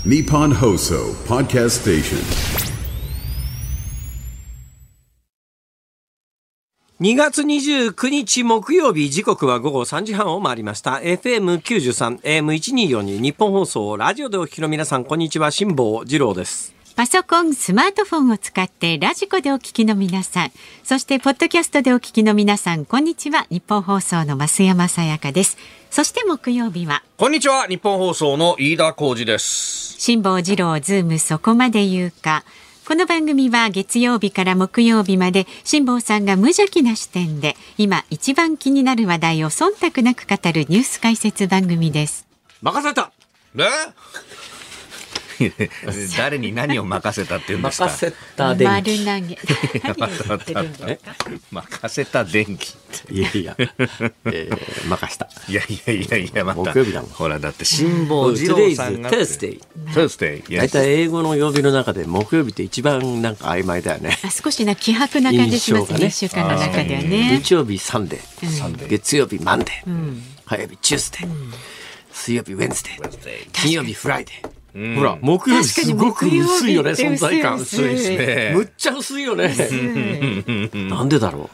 Nippon Hoso Podcast Station。 2月29日木曜日、時刻は午後3時半を回りました。 FM93 AM1242 日本放送ラジオでお聞きの皆さん、こんにちは。辛坊治郎です。 パソコン、スマートフォンを使ってラジコでお聞きの皆さん、そしてポッドキャストでお聞きの皆さん、こんにちは。日本放送の増山さやかです。そして木曜日は、 こんにちは。日本放送の飯田浩司です。 辛坊治郎ズームそこまで言うか。この番組は月曜日から木曜日まで辛坊さんが無邪気な視点で今一番気になる話題を忖度なく語るニュース解説番組です。 任せた。 誰に何を任せたって言うんですか。 任せた電気。 丸投げ。 任せた電気。 いやいや、任した。 いやまた木曜日だもん。 ほらだって辛坊治郎さんが Thursday。 だいたい英語の曜日の中で木曜日って一番なんか曖昧だよね。 少しな希薄な感じしますね。1週間の中ではね。 日曜日サンデー、月曜日マンデー、火曜日チュースデー、水曜日ウェンズデー、金曜日フライデー。ほら、木曜日すごく薄いよね、存在感。 薄いですね。 むっちゃ薄いよね。なんでだろう。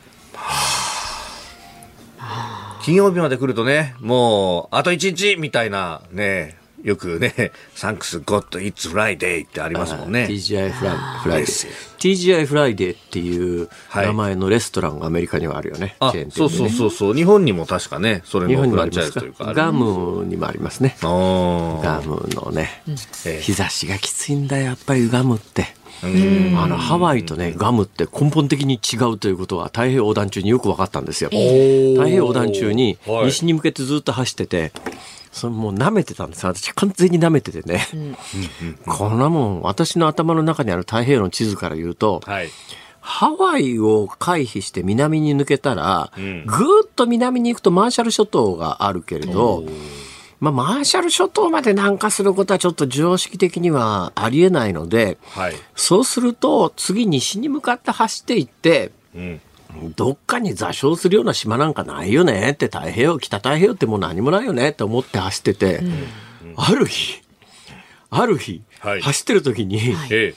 金曜日まで来るとね、もうあと1日みたいなね、よくね、サンクスゴッドイッツフライデーってありますもんね。 TGI フライデー。TGI フライデーっていう名前のレストランがアメリカにはあるよね。 あ、 チェーン店でね。 そう。日本にも確かね、それのフランチャイズというか。 ガムにもありますね。ガムのね、日差しがきついんだよ、やっぱりガムって。ハワイとね、ガムって根本的に違うということは太平洋横断中によく分かったんですよ。太平洋横断中に西に向けてずっと走ってて、それもう舐めてたんです。私完全に舐めててね、こんなもん私の頭の中にある太平洋の地図から言うと、ハワイを回避して南に抜けたら、ぐーっと南に行くとマーシャル諸島があるけれど、マーシャル諸島まで南下することはちょっと常識的にはありえないので、そうすると次西に向かって走っていって、どっかに座礁するような島なんかないよねって、北太平洋ってもう何もないよねって思って走ってて、ある日、走ってる時に、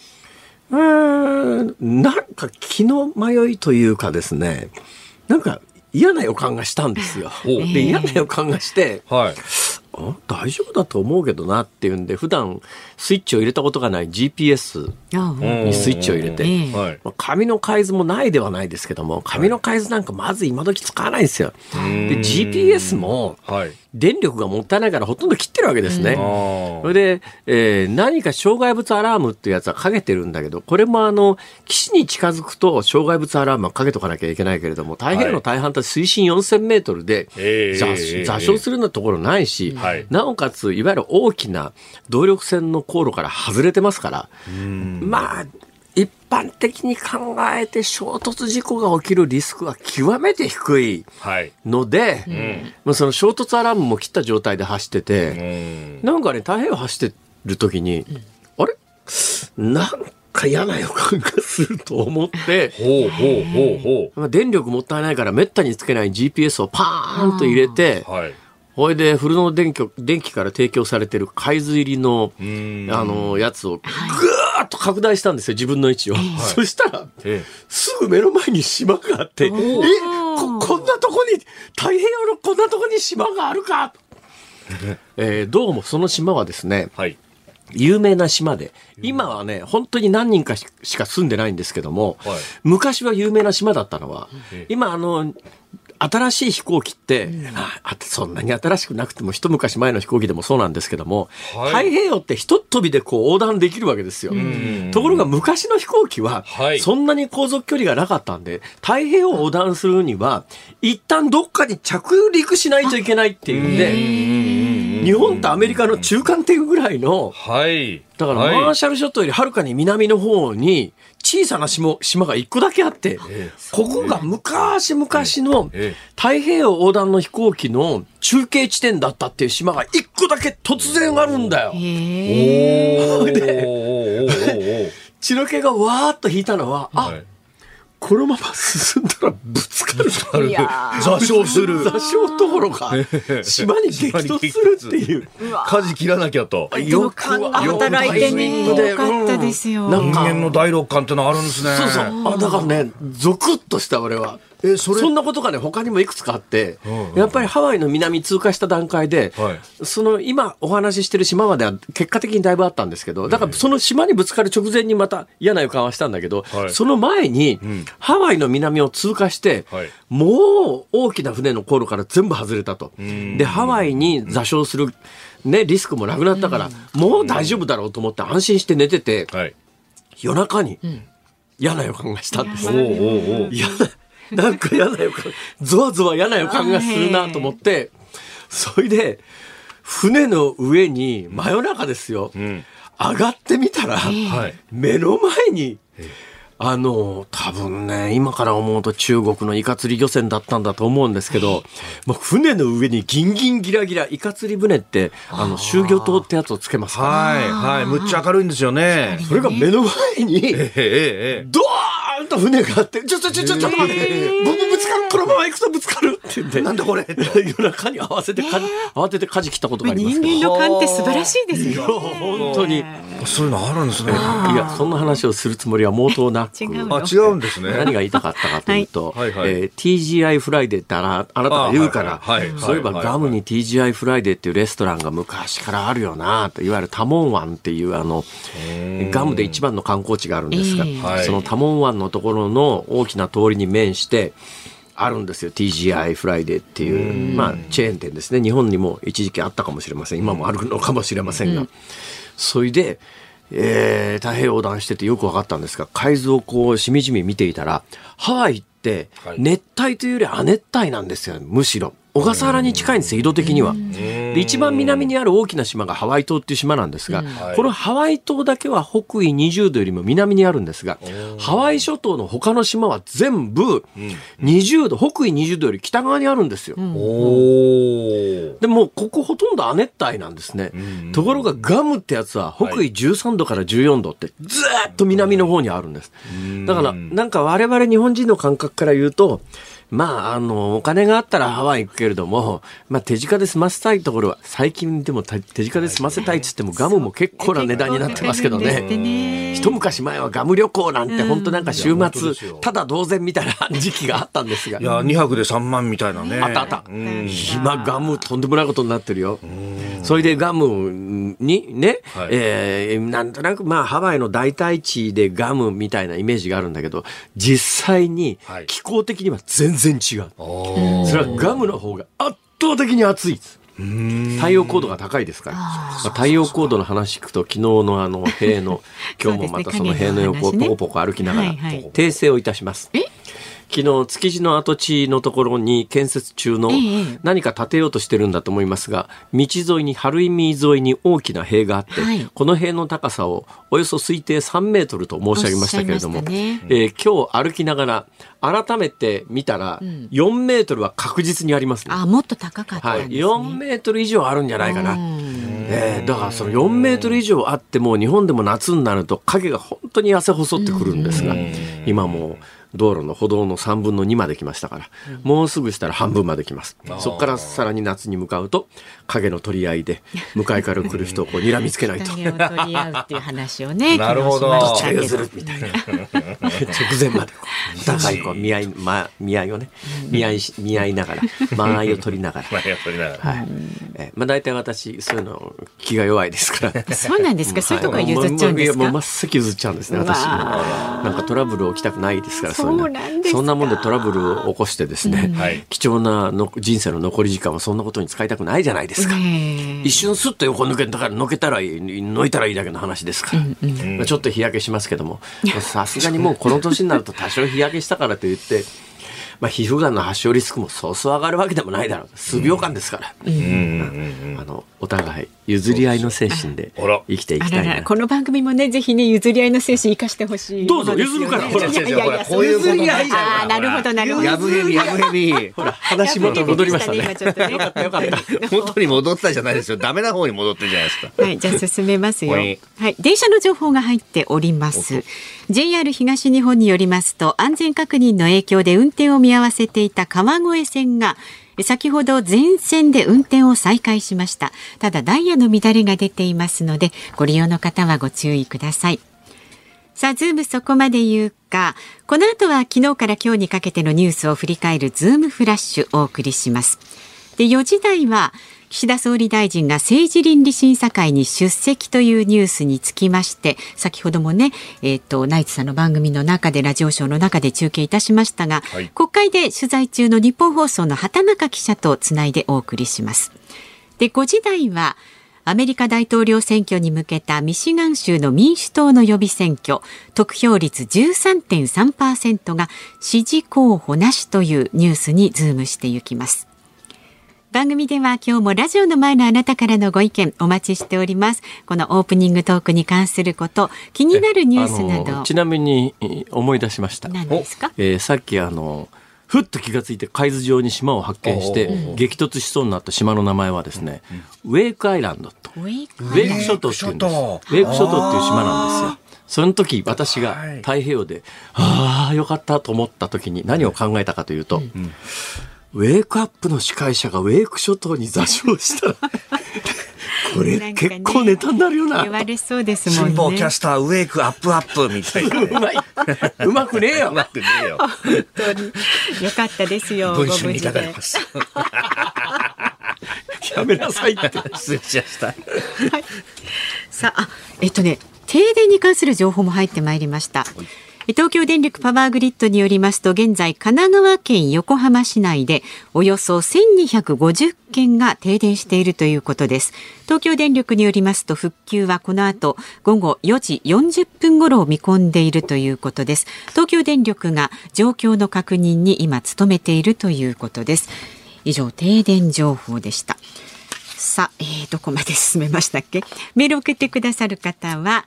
なんか気の迷いというかですね、なんか嫌な予感がしたんですよ。で、嫌な予感がして、大丈夫だと思うけどなっていうんで、普段スイッチを入れたことがない GPS にスイッチを入れて、紙の海図もないではないですけども、紙の海図なんかまず今時使わないんですよ。で GPS も電力がもったいないからほとんど切ってるわけですね。それで、何か障害物アラームっていうやつはかけてるんだけど、これも岸に近づくと障害物アラームはかけとかなきゃいけないけれども、太平洋の大半って水深4000メートルで座礁するようなところないし、なおかついわゆる大きな動力線の航路から外れてますから、一般的に考えて衝突事故が起きるリスクは極めて低いので、その衝突アラームも切った状態で走ってて、なんかね、太平洋走ってる時に、あれなんか嫌な予感がすると思って、電力もったいないからめったにつけない GPS をパーンと入れて、それでフルの電気から提供されてる海図入りのやつをぐーっと拡大したんですよ、自分の位置を。そしたら、すぐ目の前に島があって、こんなとこに、太平洋のこんなとこに島があるかどうもその島はですね、有名な島で、今はね、本当に何人かしか住んでないんですけども、昔は有名な島だったのは、今新しい飛行機って、そんなに新しくなくても一昔前の飛行機でもそうなんですけども、太平洋って一飛びで横断できるわけですよ。ところが昔の飛行機は、そんなに航続距離がなかったんで、太平洋を横断するには一旦どっかに着陸しないといけないっていうんで、日本とアメリカの中間点ぐらいの、だからマーシャル諸島よりはるかに南の方に小さな島が一個だけあって、ここが昔々の太平洋横断の飛行機の中継地点だったっていう島が一個だけ突然あるんだよ。で血の気がわーっと引いたのは、 このまま進んだらぶつかる。 座礁する。 座礁どころか島に激突するっていう。 舵切らなきゃと。 よく働いてね、よかったですよ。 人間の第六感ってのあるんですね。 そうそう。だからね、ゾクッとした俺は。そんなことがね他にもいくつかあって、やっぱりハワイの南通過した段階で、その今お話ししてる島までは結果的にだいぶあったんですけど、だからその島にぶつかる直前にまた嫌な予感はしたんだけど、その前にハワイの南を通過して、もう大きな船の航路から全部外れたと。でハワイに座礁する、ね、リスクもなくなったから、もう大丈夫だろうと思って安心して寝てて、夜中に嫌な予感がしたんです。なんか嫌な予感、ゾワゾワ嫌な予感がするなと思って、それで船の上に真夜中ですよ、上がってみたら、目の前に多分ね今から思うと中国のイカ釣り漁船だったんだと思うんですけど、もう船の上にギンギンギラギラ、イカ釣り船って集魚灯ってやつをつけますから、 むっちゃ明るいんですよね。 それが目の前にドーンと船があって、ちょっと待って、僕ぶつかる、このまま行くとぶつかるって言って、なんだこれ夜中に慌てて舵切ったことがあります。 人間の勘って素晴らしいですよ。 本当にそういうのあるんですね。 いやそんな話をするつもりは毛頭なく、 違うんですね。 何が言いたかったかというと、TGI フライデーってあなたが言うから、そういえばガムに TGI フライデーっていうレストランが昔からあるよなと、いわゆるタモン湾っていうガムで一番の観光地があるんですが、そのタモン湾のところの大きな通りに面してあるんですよ、 TGI フライデーっていう、チェーン店ですね。日本にも一時期あったかもしれません、今もあるのかもしれませんが、それで太平洋横断しててよく分かったんですが、海図をこうしみじみ見ていたら、ハワイって熱帯というより亜熱帯なんですよ。むしろ小笠原に近いんですよ、緯度的には。で一番南にある大きな島がハワイ島っていう島なんですが、このハワイ島だけは北緯20度よりも南にあるんですが、ハワイ諸島の他の島は全部20度、北緯20度より北側にあるんですよ。でもここほとんど亜熱帯なんですね。ところがガムってやつは北緯13度から14度ってずっと南の方にあるんです。だからなんか我々日本人の感覚から言うと、お金があったらハワイ行くけれども、手近で済ませたいところは、最近でも手近で済ませたいっつってもガムも結構な値段になってますけどね。一昔前はガム旅行なんて本当なんか週末ただ同然みたいな時期があったんですが、 いや2泊で3万みたいなね。 あった今ガムとんでもないことになってるよ。それでガムにね、なんとなくハワイの大体地でガムみたいなイメージがあるんだけど、実際に気候的には全然違う。それはガムの方が圧倒的に暑いです。太陽高度が高いですから。太陽高度の話聞くと、昨日の塀の今日もまたその塀の横をポコポコ歩きながら訂正をいたします。昨日築地の跡地のところに建設中の何か建てようとしてるんだと思いますが、道沿いに春海沿いに大きな塀があって、この塀の高さをおよそ推定3メートルと申し上げましたけれども、今日歩きながら改めて見たら4メートルは確実にありますね。 もっと高かったんですね。 4メートル以上あるんじゃないかな。だからその4メートル以上あっても、日本でも夏になると影が本当に痩せ細ってくるんですが、今もう道路の歩道の3分の2まで来ましたから、もうすぐしたら半分まで来ます。そこからさらに夏に向かうと影の取り合いで、向かいから来る人をこう睨みつけないと影を取り合うっていう話をねなるほど、 どっちが譲るみたいな直前までお互いこう見合いをね見合いながら間合いを取りながら大体私そういうの気が弱いですからそうなんですか。そういうところは譲っちゃうんですか。 もう真っ先譲っちゃうんですね、私。なんかトラブル起きたくないですから。そんなもんでトラブルを起こしてですね、貴重な人生の残り時間はそんなことに使いたくないじゃないですか。一瞬スッと横抜けたから抜いたらいいだけの話ですから、ちょっと日焼けしますけども、さすがにもうこの年になると多少日焼けしたからといって皮膚がんの発症リスクもそうそう上がるわけでもないだろう。数秒間ですから。お互い譲り合いの精神で生きていきたいな。 この番組もね、ぜひね、譲り合いの精神生かしてほしい。 どうぞ譲るから。 こういうことになっちゃうから。 なるほどなるほど。 やぶへび。 ほら、話元に戻りましたね。よかったよかった。 元に戻ったじゃないですよ。ダメな方に戻ってるじゃないですか。 はい、じゃあ進めますよ。はい、電車の情報が入っております。JR 東日本によりますと、安全確認の影響で運転を見合わせていた川越線が先ほど全線で運転を再開しました。ただダイヤの乱れが出ていますので、ご利用の方はご注意ください。さあ、ズームそこまで言うか。この後は昨日から今日にかけてのニュースを振り返るズームフラッシュをお送りします。で、4時台は岸田総理大臣が政治倫理審査会に出席というニュースにつきまして、先ほどもね、ナイツさんの番組の中で、ラジオショーの中で中継いたしましたが、はい、国会で取材中の日本放送の畑中記者とつないでお送りします。で、5時台はアメリカ大統領選挙に向けたミシガン州の民主党の予備選挙、得票率 13.3% が支持候補なしというニュースにズームしていきます。番組では今日もラジオの前のあなたからのご意見お待ちしております。このオープニングトークに関すること、気になるニュースなど。 ちなみに思い出しました。 何ですか？ さっきふっと気がついて海図上に島を発見して激突しそうになった島の名前はですね、ウェイクアイランドとウェイク諸島っていうんです。ウェイク諸島っていう島なんですよ。その時私が太平洋でよかったと思った時に何を考えたかというと、ウェイクアップの司会者がウェイク諸島に座礁したらこれ結構ネタになるよな。 言われそうですもんね。 辛坊キャスターウェイクアップアップみたいな。 うまくねえよ。 うまくねえよ。 本当によかったですよ。 文春に書かれます。 やめなさいって。 失礼しました。はい、 さあ、停電に関する情報も入ってまいりました。東京電力パワーグリッドによりますと、現在神奈川県横浜市内でおよそ1250軒が停電しているということです。東京電力によりますと、復旧はこの後午後4時40分頃を見込んでいるということです。東京電力が状況の確認に今努めているということです。以上、停電情報でした。さあ、どこまで進めましたっけ？メールを送ってくださる方は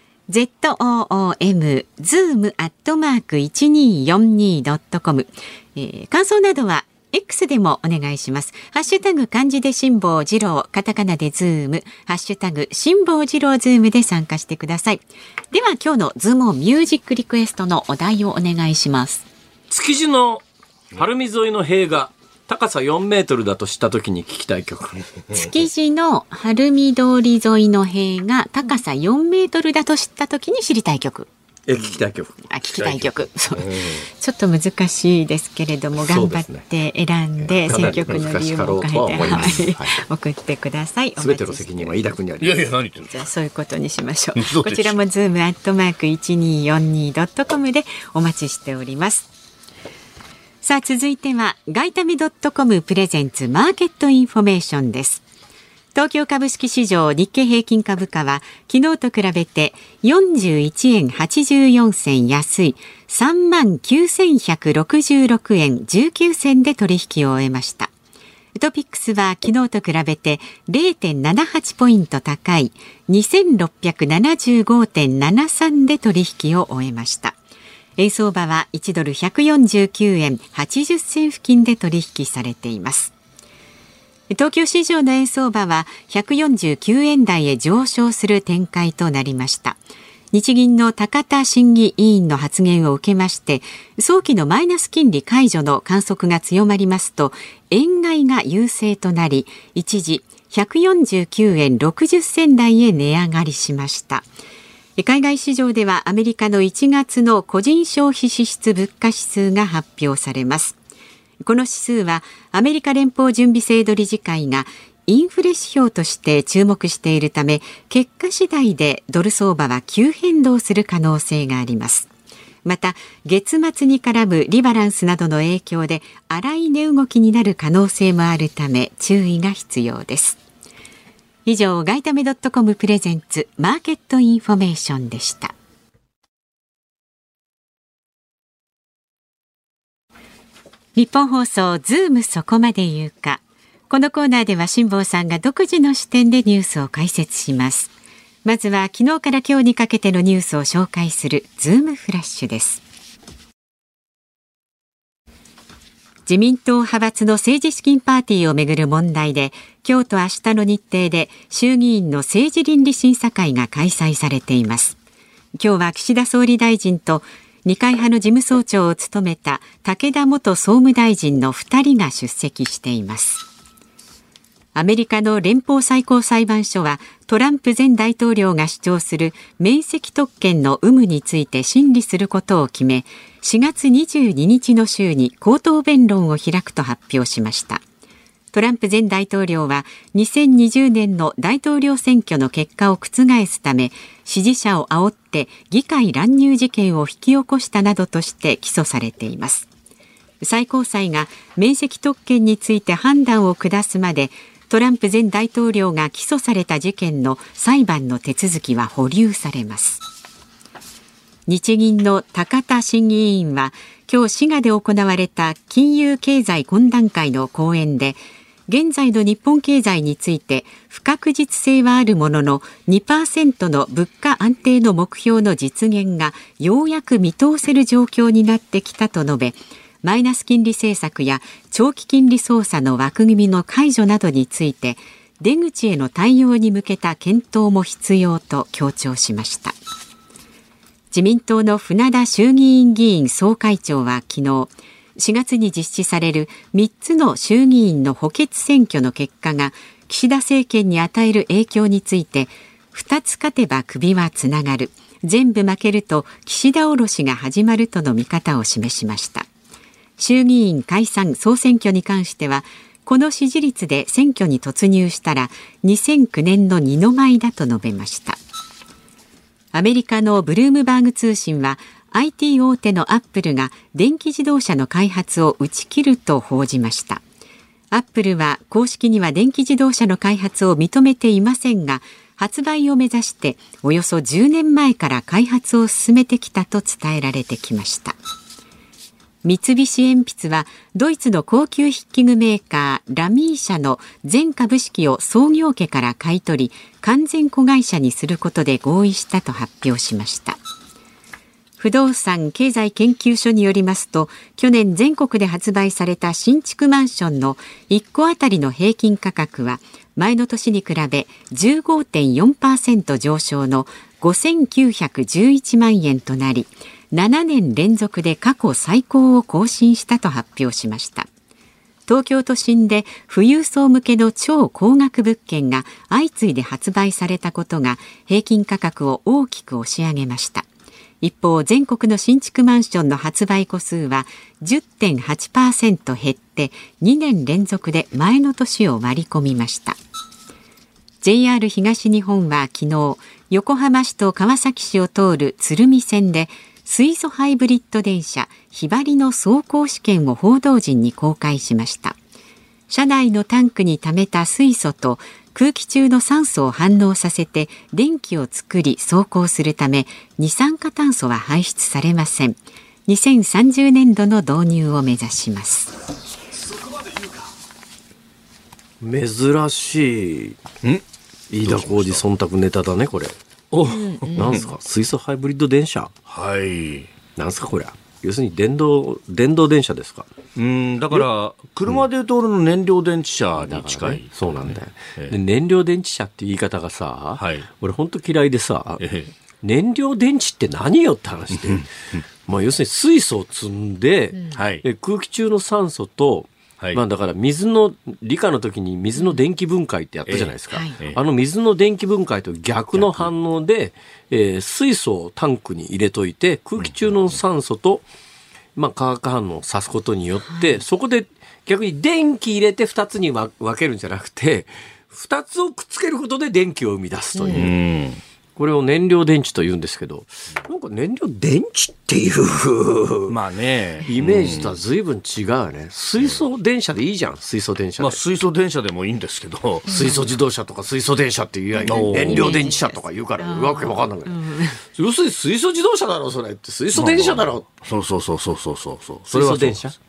zoom@1242.com、感想などは X でもお願いします。ハッシュタグ漢字で辛坊治郎、カタカナでズーム、ハッシュタグ辛坊治郎ズームで参加してください。では今日のズームミュージックリクエストのお題をお願いします。 築地の晴海沿いの塀が高さ4メートルだと知った時に聞きたい曲。 築地の晴海通り沿いの塀が高さ4メートルだと知った時に知りたい曲。 聞きたい曲。 聞きたい曲。そう、ちょっと難しいですけれども、頑張って選んで、選曲の理由も書いて、送ってください。 すべての責任は飯田君にあります。 いやいや、何言ってるの？ じゃあそういうことにしましょう。こちらもzoom@1242.com でお待ちしております。さあ、続いては外為.comプレゼンツマーケットインフォメーションです。東京株式市場日経平均株価は昨日と比べて41円84銭安い 39,166 円19銭で取引を終えました。トピックスは昨日と比べて 0.78 ポイント高い 2675.73 で取引を終えました。円相場は1ドル149円80銭付近で取引されています。東京市場の円相場は149円台へ上昇する展開となりました。日銀の高田審議委員の発言を受けまして、早期のマイナス金利解除の観測が強まりますと、円買いが優勢となり、一時149円60銭台へ値上がりしました。海外市場ではアメリカの1月の個人消費支出物価指数が発表されます。この指数はアメリカ連邦準備制度理事会がインフレ指標として注目しているため、結果次第でドル相場は急変動する可能性があります。また月末に絡むリバランスなどの影響で荒い値動きになる可能性もあるため注意が必要です。以上、外為.comプレゼンツマーケットインフォメーションでした。 日本放送ズームそこまで言うか。このコーナーでは辛坊さんが独自の視点でニュースを解説します。まずは昨日から今日にかけてのニュースを紹介するズームフラッシュです。自民党派閥の政治資金パーティーをめぐる問題で、今日と明日の日程で衆議院の政治倫理審査会が開催されています。今日は岸田総理大臣と二階派の事務総長を務めた武田元総務大臣の2人が出席しています。アメリカの連邦最高裁判所はトランプ前大統領が主張する免責特権の有無について審理することを決め、4月22日の週に口頭弁論を開くと発表しました。トランプ前大統領は2020年の大統領選挙の結果を覆すため、支持者を煽って議会乱入事件を引き起こしたなどとして起訴されています。最高裁が免責特権について判断を下すまで、トランプ前大統領が起訴された事件の裁判の手続きは保留されます。日銀の高田審議委員は今日滋賀で行われた金融経済懇談会の講演で、現在の日本経済について不確実性はあるものの 2% の物価安定の目標の実現がようやく見通せる状況になってきたと述べ、マイナス金利政策や長期金利操作の枠組みの解除などについて出口への対応に向けた検討も必要と強調しました。自民党の船田衆議院議員総会長は昨日、4月に実施される3つの衆議院の補欠選挙の結果が岸田政権に与える影響について、2つ勝てば首はつながる、全部負けると岸田降ろしが始まるとの見方を示しました。衆議院解散総選挙に関しては、この支持率で選挙に突入したら2009年の二の舞だと述べました。アメリカのブルームバーグ通信は、IT 大手のアップルが電気自動車の開発を打ち切ると報じました。アップルは公式には電気自動車の開発を認めていませんが、発売を目指しておよそ10年前から開発を進めてきたと伝えられてきました。三菱鉛筆はドイツの高級筆記具メーカーラミー社の全株式を創業家から買い取り、完全子会社にすることで合意したと発表しました。不動産経済研究所によりますと、去年全国で発売された新築マンションの1戸あたりの平均価格は前の年に比べ 15.4% 上昇の5911万円となり、7年連続で過去最高を更新したと発表しました。東京都心で富裕層向けの超高額物件が相次いで発売されたことが平均価格を大きく押し上げました。一方、全国の新築マンションの発売戸数は 10.8% 減って2年連続で前の年を割り込みました。JR 東日本は昨日、横浜市と川崎市を通る鶴見線で水素ハイブリッド電車ひばりの走行試験を報道陣に公開しました。車内のタンクに溜めた水素と空気中の酸素を反応させて電気を作り走行するため、二酸化炭素は排出されません。2030年度の導入を目指します。 珍しい飯田浩司忖度ネタだねこれ。お、なんすか水素ハイブリッド電車。 はい。 なんすかこれ。要するに電動電車ですか。 だから車でいうと俺の燃料電池車に近い、ね、 そうなんだよ、で燃料電池車って言い方がさ、はい、俺本当嫌いでさ、燃料電池って何よって話でまあ要するに水素を積んで、で空気中の酸素と、まあ、だから水の理科の時に水の電気分解ってやったじゃないですか、あの水の電気分解と逆の反応で、水素をタンクに入れといて空気中の酸素と、まあ、化学反応をさすことによって、そこで逆に電気入れて2つに分けるんじゃなくて2つをくっつけることで電気を生み出すという、これを燃料電池と言うんですけど、なんか燃料電池っていうまあねイメージとは随分違うよね。水素電車でいいじゃん。水素電車で、 まあ、水素電車でもいいんですけど、 水素自動車とか水素電車っていうや燃料電池車とか言うからわけわかんないけど、要するに水素自動車だろそれって水素電車だろ、 そうそう水素電車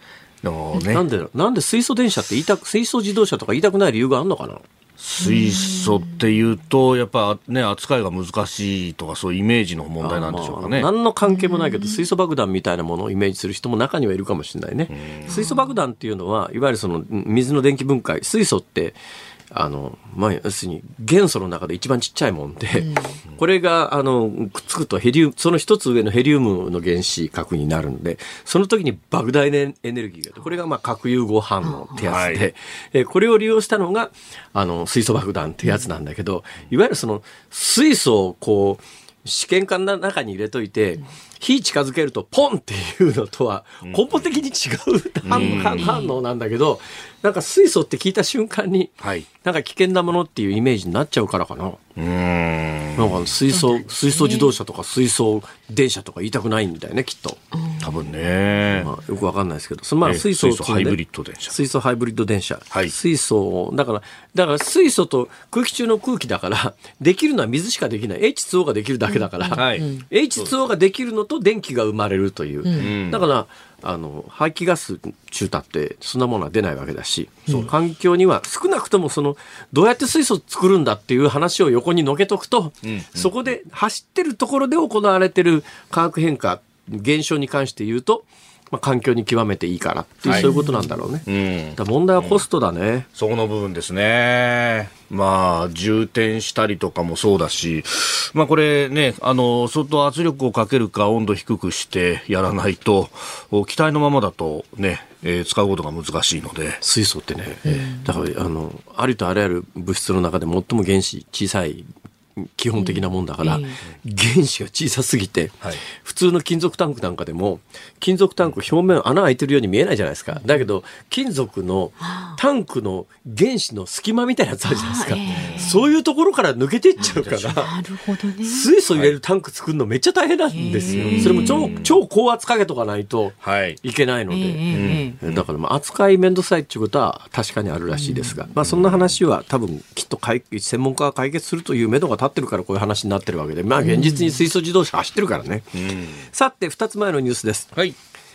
なんで水素電車って水素自動車とか言いたくない理由があるのかな。 水素っていうとやっぱね扱いが難しいとかそういうイメージの問題なんでしょうかね。 何の関係もないけど水素爆弾みたいなものをイメージする人も中にはいるかもしれないね。水素爆弾っていうのはいわゆるその水の電気分解、水素って要するに元素の中で一番ちっちゃいもんで、これがくっつくとその一つ上のヘリウムの原子核になるんで、その時に莫大なエネルギーが、これが核融合反応ってやつで、これを利用したのが水素爆弾ってやつなんだけど、いわゆるその水素をこう試験管の中に入れといて火近づけるとポンっていうのとは根本的に違う反応なんだけど、なんか水素って聞いた瞬間になんか危険なものっていうイメージになっちゃうからかな。なんか水素自動車とか水素電車とか言いたくないんだよね、きっと。 多分ね、 よくわかんないですけど、水素ハイブリッド電車、 水素ハイブリッド電車、 はい、 水素だから水素と空気中の空気だからできるのは水しかできない、 H2O ができるだけだから、H2O ができるのと電気が生まれるという、だから排気ガス中たってそんなものは出ないわけだし、環境には少なくともどうやって水素を作るんだっていう話を横にのけとくと、そこで走ってるところで行われてる化学変化現象に関して言うと、環境に極めていいからっていう、そういうことなんだろうね。だ問題はコストだね。 そこの部分ですね。充填したりとかもそうだし、これね、相当圧力をかけるか温度低くしてやらないと、気体のままだとね、使うことが難しいので。 水素ってね、だからありとあらゆる物質の中で最も原子小さい基本的なもんだから、原子が小さすぎて、普通の金属タンクなんかでも金属タンク表面穴開いてるように見えないじゃないですか。だけど金属のタンクの原子の隙間みたいなやつあるじゃないですか。そういうところから抜けていっちゃうから、 なるほどね、 水素入れるタンク作るのめっちゃ大変なんですよ。それも超高圧かけとかないといけないので、だから扱い面倒くさいっていうことは確かにあるらしいですが、そんな話は多分きっと専門家が解決するという目処が立ってるからこういう話になってるわけで、現実に水素自動車走ってるからね。さて2つ前のニュースです。ち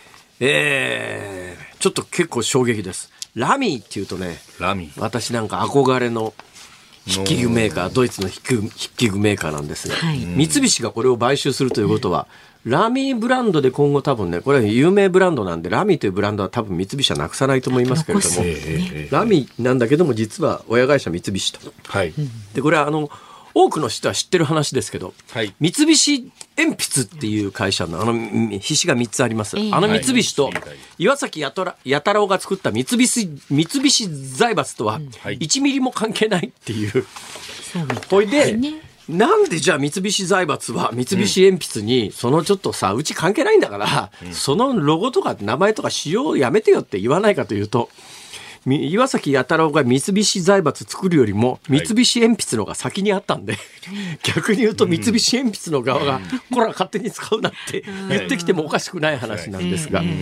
ょっと結構衝撃です。ラミーっていうとね、私なんか憧れの筆記具メーカー、ドイツの筆記具メーカーなんですが、三菱がこれを買収するということは、ラミーブランドで今後多分ね、これは有名ブランドなんで、ラミーというブランドは多分三菱はなくさないと思いますけれども、ラミーなんだけども実は親会社三菱と、でこれは多くの人は知ってる話ですけど、三菱鉛筆っていう会社の筆紙が3つあります。三菱と岩崎弥太郎が作った三菱財閥とは1ミリも関係ないっていう。ほいで、なんでじゃあ三菱財閥は三菱鉛筆にちょっとさ、うち関係ないんだから、そのロゴとか名前とか使用をやめてよって言わないかというと、岩崎弥太郎が三菱財閥作るよりも三菱鉛筆のが先にあったんで、逆に言うと三菱鉛筆の側がこら勝手に使うなって言ってきてもおかしくない話なんですが、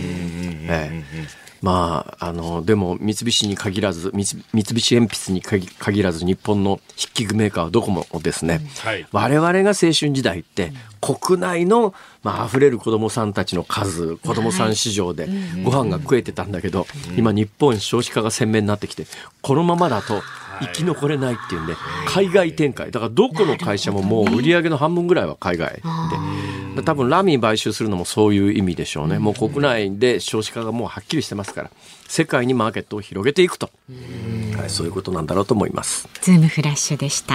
でも三菱に限らず三菱鉛筆に限らず日本の筆記具メーカーはどこもですね、我々が青春時代って国内の溢れる子どもさんたちの数、子どもさん市場でご飯が食えてたんだけど、今日本少子化が鮮明になってきて、このままだと生き残れないっていうんで海外展開だから、どこの会社ももう売り上げの半分ぐらいは海外で、多分ラミー買収するのもそういう意味でしょうね。もう国内で少子化がもうはっきりしてますから、世界にマーケットを広げていくと、そういうことなんだろうと思います。 ズームフラッシュでした。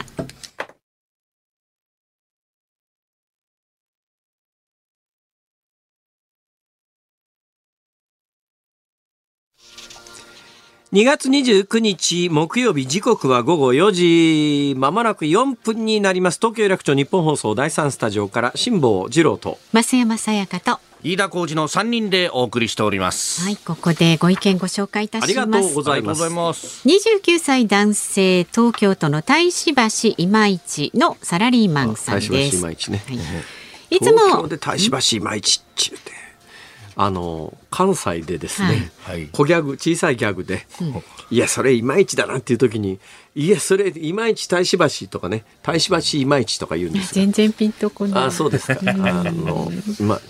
2月29日木曜日、時刻は午後4時まもなく4分になります。東京有楽町日本放送第3スタジオから辛坊治郎と増山さやかと飯田浩司の3人でお送りしております。 はい、ここでご意見ご紹介いたします。 ありがとうございます。 29歳男性、東京都の大師橋今市のサラリーマンさんです。 大師橋今市ね、 いつも東京で大師橋今市って言うて、関西でですね、小ギャグ、小さいギャグで、いやそれいまいちだなっていう時に、いやそれいまいち大師橋とかね、大師橋いまいちとか言うんですが、 全然ピンとこない。 そうですか。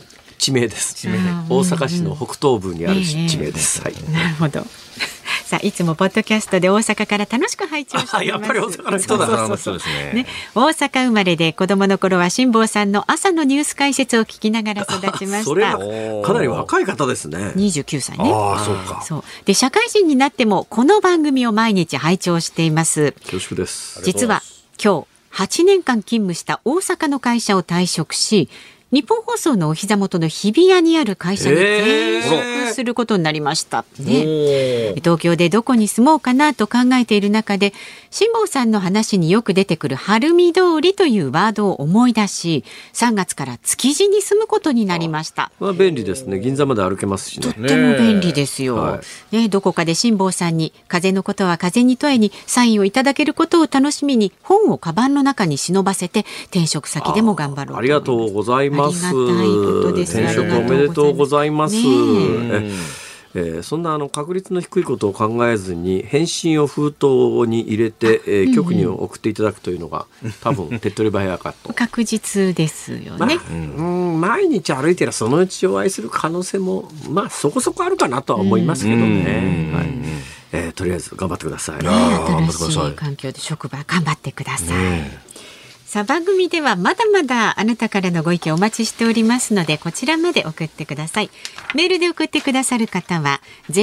地名です。大阪市の北東部にある地名です。はい、 なるほど。さあいつもポッドキャストで大阪から楽しく拝聴しています。 やっぱり大阪の人だからそうですね。大阪生まれで子供の頃は辛坊さんの朝のニュース解説を聞きながら育ちました。 それはかなり若い方ですね。 29歳ね。 そうか。 そうで社会人になってもこの番組を毎日拝聴しています。 恐縮です。 実は今日8年間勤務した大阪の会社を退職し、日本放送のお膝元の日比谷にある会社に転職することになりました、ね。東京でどこに住もうかなと考えている中で、辛坊さんの話によく出てくる晴海通りというワードを思い出し、3月から築地に住むことになりました。 便利ですね。銀座まで歩けますしね。 とっても便利ですよ、どこかで辛坊さんに風のことは風に問えにサインをいただけることを楽しみに本をカバンの中に忍ばせて転職先でも頑張ろうと思います。 ありがとうございます。 ありがたいことです。 転職おめでとうございます。そんな確率の低いことを考えずに返信を封筒に入れて、局に送っていただくというのが多分手っ取り早かと。 確実ですよね。 毎日歩いてらそのうちお会いする可能性もそこそこあるかなとは思いますけどね。とりあえず頑張ってください。 新しい環境で職場頑張ってください。さあ番組ではまだまだあなたからのご意見お待ちしておりますので、こちらまで送ってください。メールで送ってくださる方は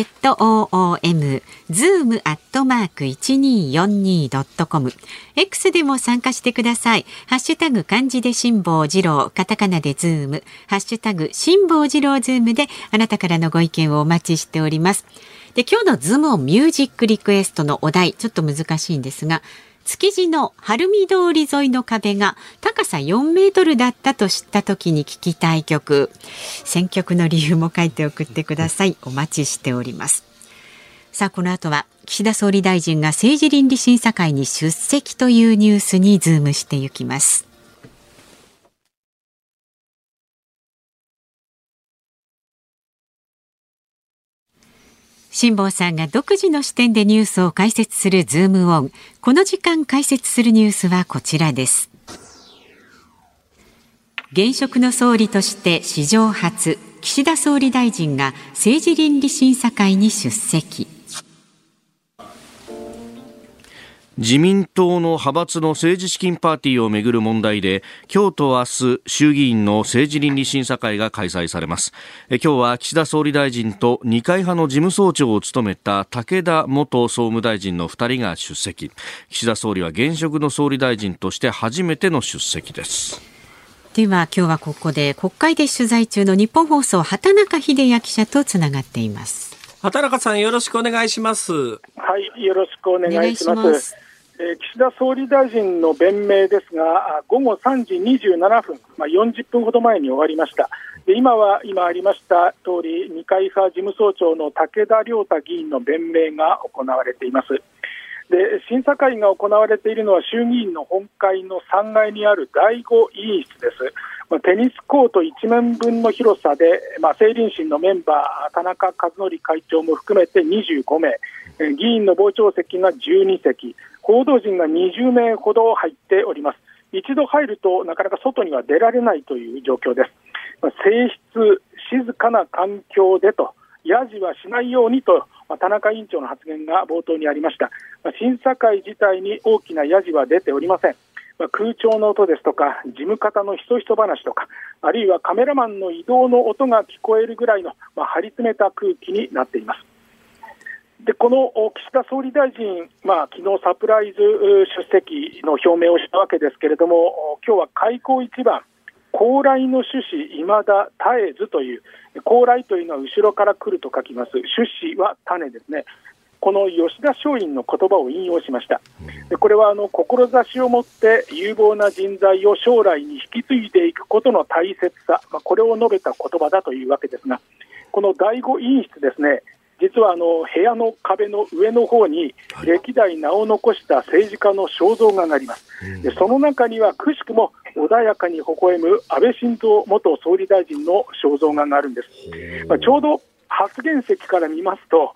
zoom@1242.com、 X でも参加してください。ハッシュタグ漢字で辛坊治郎、カタカナでズーム、ハッシュタグ辛坊治郎ズームであなたからのご意見をお待ちしております。で、今日のズームオンミュージックリクエストのお題、ちょっと難しいんですが、築地の晴海通り沿いの壁が高さ4メートルだったと知った時に聴きたい曲、選曲の理由も書いて送ってください。お待ちしております。さあこの後は岸田総理大臣が政治倫理審査会に出席というニュースにズームしていきます。辛坊さんが独自の視点でニュースを解説するズームオン。この時間解説するニュースはこちらです。現職の総理として史上初、岸田総理大臣が政治倫理審査会に出席。 自民党の派閥の政治資金パーティーをめぐる問題で、今日と明日衆議院の政治倫理審査会が開催されます。今日は岸田総理大臣と二階派の事務総長を務めた武田元総務大臣の2人が出席。岸田総理は現職の総理大臣として初めての出席です。 では今日はここで国会で取材中の日本放送畑中秀也記者とつながっています。 畑中さん、よろしくお願いします。 はい、よろしくお願いします。岸田総理大臣の弁明ですが、午後3時27分、40分ほど前に終わりました。で今ありました通り、二階派事務総長の武田良太議員の弁明が行われています。で審査会が行われているのは衆議院の本会の3階にある第5委員室です。テニスコート1面分の広さで、政倫審のメンバー田中和則会長も含めて25名、議員の傍聴席が12席、報道陣が20名ほど入っております。一度入るとなかなか外には出られないという状況です。静謐、静かな環境でと、やじはしないようにと田中委員長の発言が冒頭にありました。審査会自体に大きなやじは出ておりません。空調の音ですとか事務方のひそひそ話とか、あるいはカメラマンの移動の音が聞こえるぐらいの、張り詰めた空気になっています。でこの岸田総理大臣、昨日サプライズ出席の表明をしたわけですけれども、今日は開口一番、高麗の趣旨未だ絶えずという、高麗というのは後ろから来ると書きます。趣旨は種ですね。この吉田松陰の言葉を引用しました。でこれは志を持って有望な人材を将来に引き継いでいくことの大切さ、これを述べた言葉だというわけですが、この第5委員室ですね、実は部屋の壁の上の方に歴代名を残した政治家の肖像画があります。でその中にはくしくも穏やかに微笑む安倍晋三元総理大臣の肖像画があるんです。ちょうど発言席から見ますと、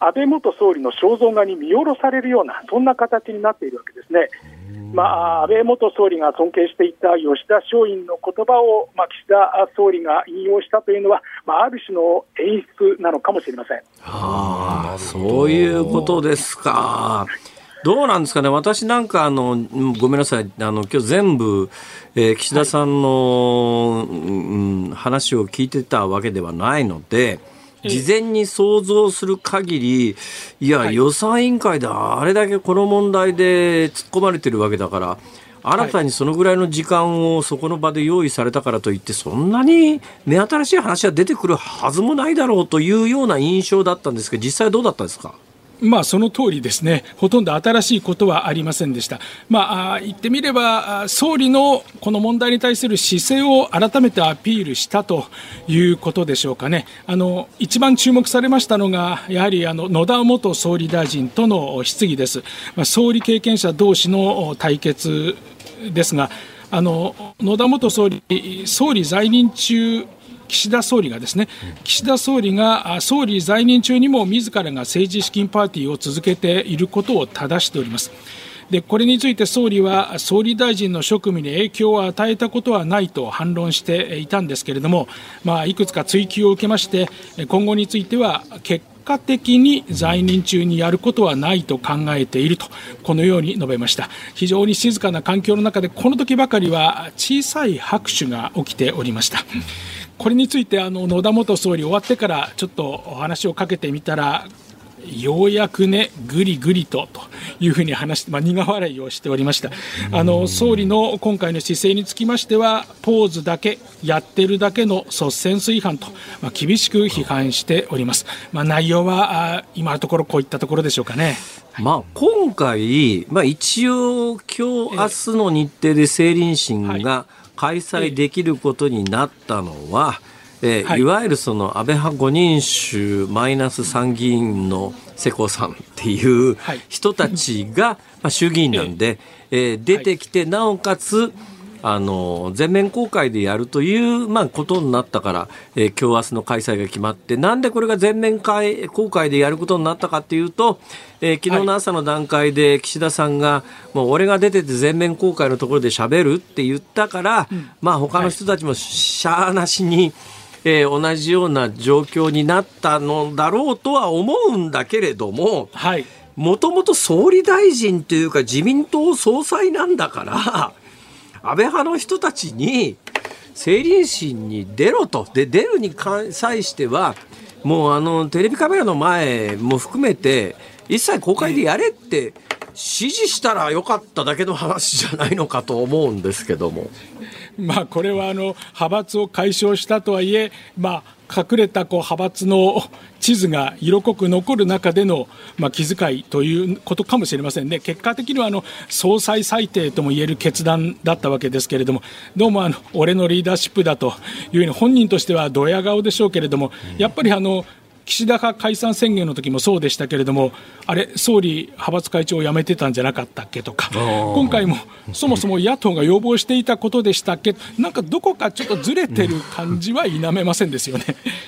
安倍元総理の肖像画に見下ろされるような、そんな形になっているわけですね。安倍元総理が尊敬していた吉田松陰の言葉を、岸田総理が引用したというのは、ある種の演出なのかもしれません。 そういうことですか。どうなんですかね。私なんかごめんなさい、今日全部、岸田さんの、話を聞いてたわけではないので、事前に想像する限り、予算委員会であれだけこの問題で突っ込まれてるわけだから、新たにそのぐらいの時間をそこの場で用意されたからといって、そんなに目新しい話が出てくるはずもないだろうというような印象だったんですけど、実際どうだったんですか？ その通りですね。ほとんど新しいことはありませんでした。言ってみれば総理のこの問題に対する姿勢を改めてアピールしたということでしょうかね。一番注目されましたのがやはり野田元総理大臣との質疑です。総理経験者同士の対決ですが、野田元総理在任中、岸田総理が総理在任中にも自らが政治資金パーティーを続けていることを正しております。でこれについて総理は総理大臣の職務に影響を与えたことはないと反論していたんですけれども、いくつか追及を受けまして今後については結果的に在任中にやることはないと考えているとこのように述べました。非常に静かな環境の中でこの時ばかりは小さい拍手が起きておりました。これについて野田元総理終わってからちょっとお話をかけてみたら、ようやくねぐりぐりというふうに話して、苦笑いをしておりました。総理の今回の姿勢につきましてはポーズだけやってるだけの率先垂範と、厳しく批判しております。内容は今のところこういったところでしょうかね。 今回、一応今日明日の日程で政倫審が開催できることになったのは、いわゆるその安倍派5人衆マイナス参議院の世耕さんっていう人たちが、衆議院なんで、出てきて、なおかつ全面公開でやるという、ことになったから、今日明日の開催が決まって、なんでこれが全面公開でやることになったかっていうと、昨日の朝の段階で岸田さんがもう俺が出てて全面公開のところで喋るって言ったから、他の人たちもしゃーなしに、同じような状況になったのだろうとは思うんだけれども、もともと総理大臣というか自民党総裁なんだから、安倍派の人たちに政倫審に出ろと。で出るに際してはもうテレビカメラの前も含めて一切公開でやれって指示したらよかっただけの話じゃないのかと思うんですけども、 これは派閥を解消したとはいえ、隠れた派閥の地図が色濃く残る中での、気遣いということかもしれませんね。結果的には総裁裁定ともいえる決断だったわけですけれども、どうも俺のリーダーシップだというふうに本人としてはドヤ顔でしょうけれども、やっぱり岸田派解散宣言の時もそうでしたけれども、あれ総理派閥会長を辞めてたんじゃなかったっけとか、今回もそもそも野党が要望していたことでしたっけ、なんかどこかちょっとずれてる感じは否めませんですよね。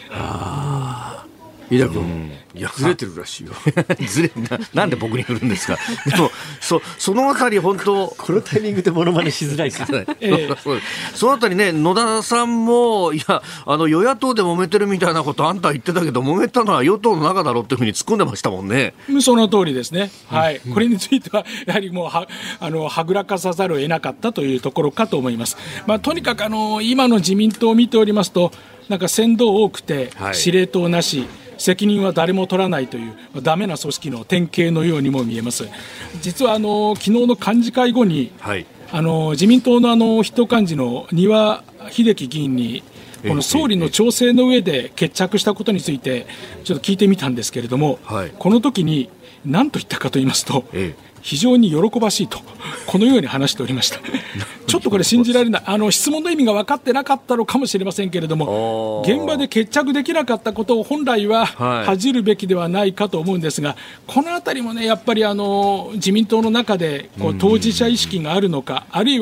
飯田君、ずれてるらしいよ。 なんで僕に振るんですか。でもそのあたり本当このタイミングでモノマネしづらいかそのあたりね、野田さんも与野党で揉めてるみたいなことあんた言ってたけど、揉めたのは与党の中だろうっていうふうに突っ込んでましたもんね。 その通りですね。これについてはやはりもうはぐらかさざるを得なかったというところかと思います。とにかく今の自民党を見ておりますと、なんか先導多くて司令塔なし、責任は誰も取らないというダメな組織の典型のようにも見えます。実は昨日の幹事会後に、自民党の筆頭幹事の丹羽秀樹議員にこの総理の調整の上で決着したことについてちょっと聞いてみたんですけれども、この時に何と言ったかと言いますと、非常に喜ばしいとこのように話しておりました。ちょっとこれ信じられない。質問の意味が分かってなかったのかもしれませんけれども、現場で決着できなかったことを本来は恥じるべきではないかと思うんですが、このあたりもね、やっぱり自民党の中で当事者意識があるのか、あるいは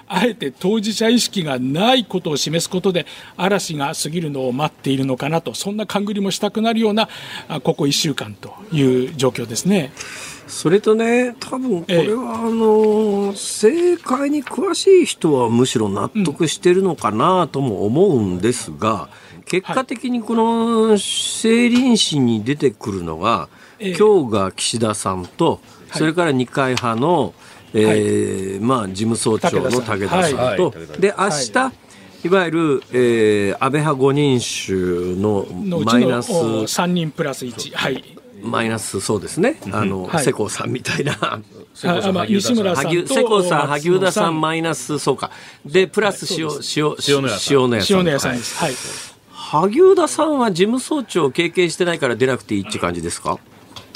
あえて当事者意識がないことを示すことで嵐が過ぎるのを待っているのかなと、そんな勘繰りもしたくなるようなここ1週間という状況ですね。 それとね、多分これは政界に詳しい人はむしろ納得してるのかなとも思うんですが、結果的にこの政倫審に出てくるのが、今日が岸田さんと、それから二階派の、事務総長の武田さんと、で明日、いわゆる、安倍派5人衆のマイナス 3人プラス1、 マイナス、そうですね、世耕さんみたいな、 西村さんと世耕さん、萩生田さんマイナス、そうかでプラス塩谷さんです。萩生田さんは事務総長を経験してないから出なくていいって感じですか？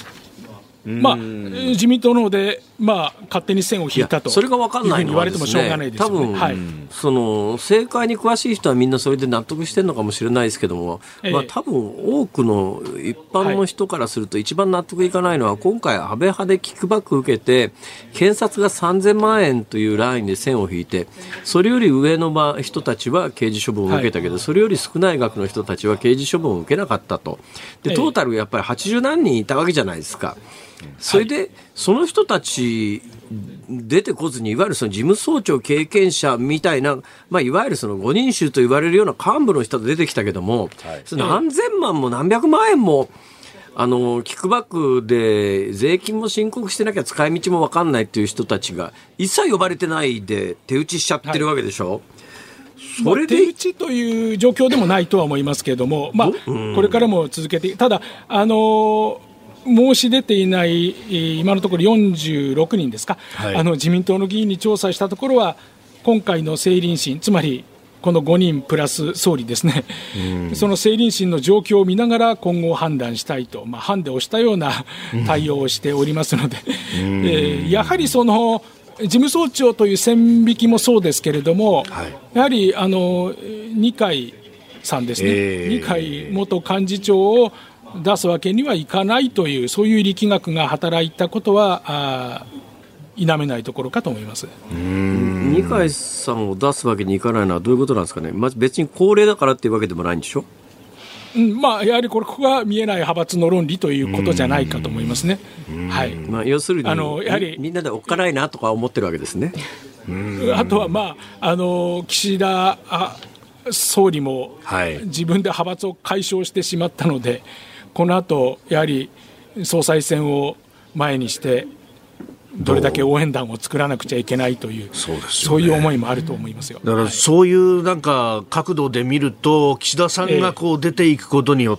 自民党の方で、勝手に線を引いたと、 それが分かんないのはですね、 言われてもしょうがないですよね。 多分、その政界に詳しい人はみんなそれで納得してるのかもしれないですけども、多分多くの一般の人からすると一番納得いかないのは、今回安倍派でキックバック受けて検察が3000万円というラインで線を引いて、それより上の人たちは刑事処分を受けたけど、それより少ない額の人たちは刑事処分を受けなかったと。でトータルやっぱり80何人いたわけじゃないですか。それで、その人たち出てこずに、いわゆるその事務総長経験者みたいな、いわゆるその5人衆と言われるような幹部の人が出てきたけども、その何千万も何百万円もキックバックで税金も申告してなきゃ使い道も分かんないっていう人たちが一切呼ばれてないで手打ちしちゃってるわけでしょ。それで手打ちという状況でもないとは思いますけれども、これからも続けて、ただ申し出ていない今のところ46人ですか、自民党の議員に調査したところは、今回の政倫審、つまりこの5人プラス総理ですね、その政倫審の状況を見ながら今後判断したいと、ハンデをしたような対応をしておりますので、やはりその事務総長という線引きもそうですけれども、やはり二階さんですね、二階元幹事長を出すわけにはいかないという、そういう力学が働いたことは否めないところかと思います。 二階さんを出すわけにいかないのはどういうことなんですかね。別に高齢だからっていうわけでもないんでしょ。 やはりここが見えない派閥の論理ということじゃないかと思いますね。 要するにやはりみんなでおっかないなとか思ってるわけですね。 あとは、岸田総理も自分で派閥を解消してしまったので、この後やはり総裁選を前にしてどれだけ応援団を作らなくちゃいけないという、そういう思いもあると思いますよ。 だからそういうなんか角度で見ると、岸田さんがこう出ていくことによって、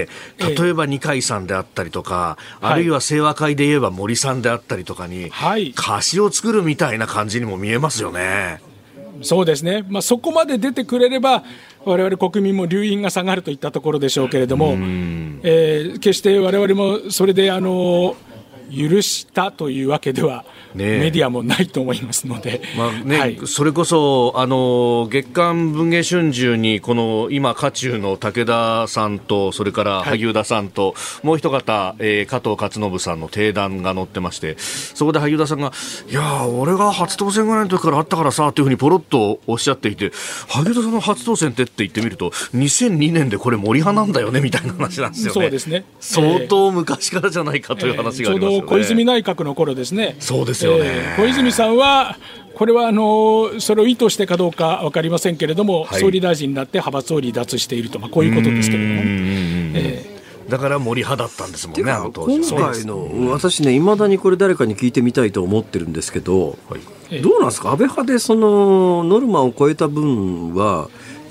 例えば二階さんであったりとか、あるいは清和会で言えば森さんであったりとかに、貸しを作るみたいな感じにも見えますよね。 そうですね、そこまで出てくれれば我々国民も留飲が下がるといったところでしょうけれども、決して我々もそれで許したというわけではメディアもないと思いますので、 それこそ月刊文藝春秋にこの今渦中の武田さんと、それから萩生田さんと、もう一方、加藤勝信さんの定談が載ってまして、そこで萩生田さんが、いや俺が初当選ぐらいの時からあったからさというふうにポロッとおっしゃっていて、萩生田さんの初当選って言ってみると2002年でこれ森派なんだよねみたいな話なんですよね。 そうですね、 相当昔からじゃないかという話がありますよね。 ちょうど小泉内閣の頃ですね。 そうですよね。 小泉さんはこれはそれを意図してかどうか分かりませんけれども、総理大臣になって派閥を離脱していると、こういうことですけれども、 だから森派だったんですもんね、当時。 今回の私ね、いまだにこれ誰かに聞いてみたいと思ってるんですけど、どうなんですか、安倍派でそのノルマを超えた分は、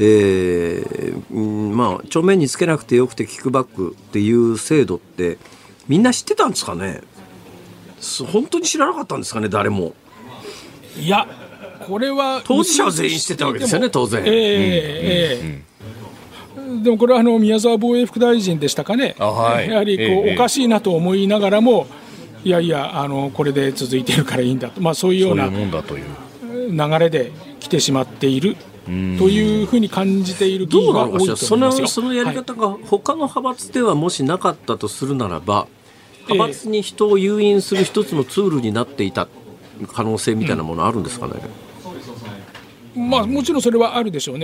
帳面につけなくてよくてキックバックっていう制度ってみんな知ってたんですかね。本当に知らなかったんですかね、誰も。 いや、これは当事者は全員知ってたわけですよね、当然。 でもこれは宮沢防衛副大臣でしたかね、やはりおかしいなと思いながらも、いやいやこれで続いているからいいんだと、そういうような流れで来てしまっているというふうに感じている議員が多いと思いますよ。 そのやり方が他の派閥ではもしなかったとするならば、派閥に人を誘引する一つのツールになっていた可能性みたいなものあるんですかね。 もちろんそれはあるでしょうね。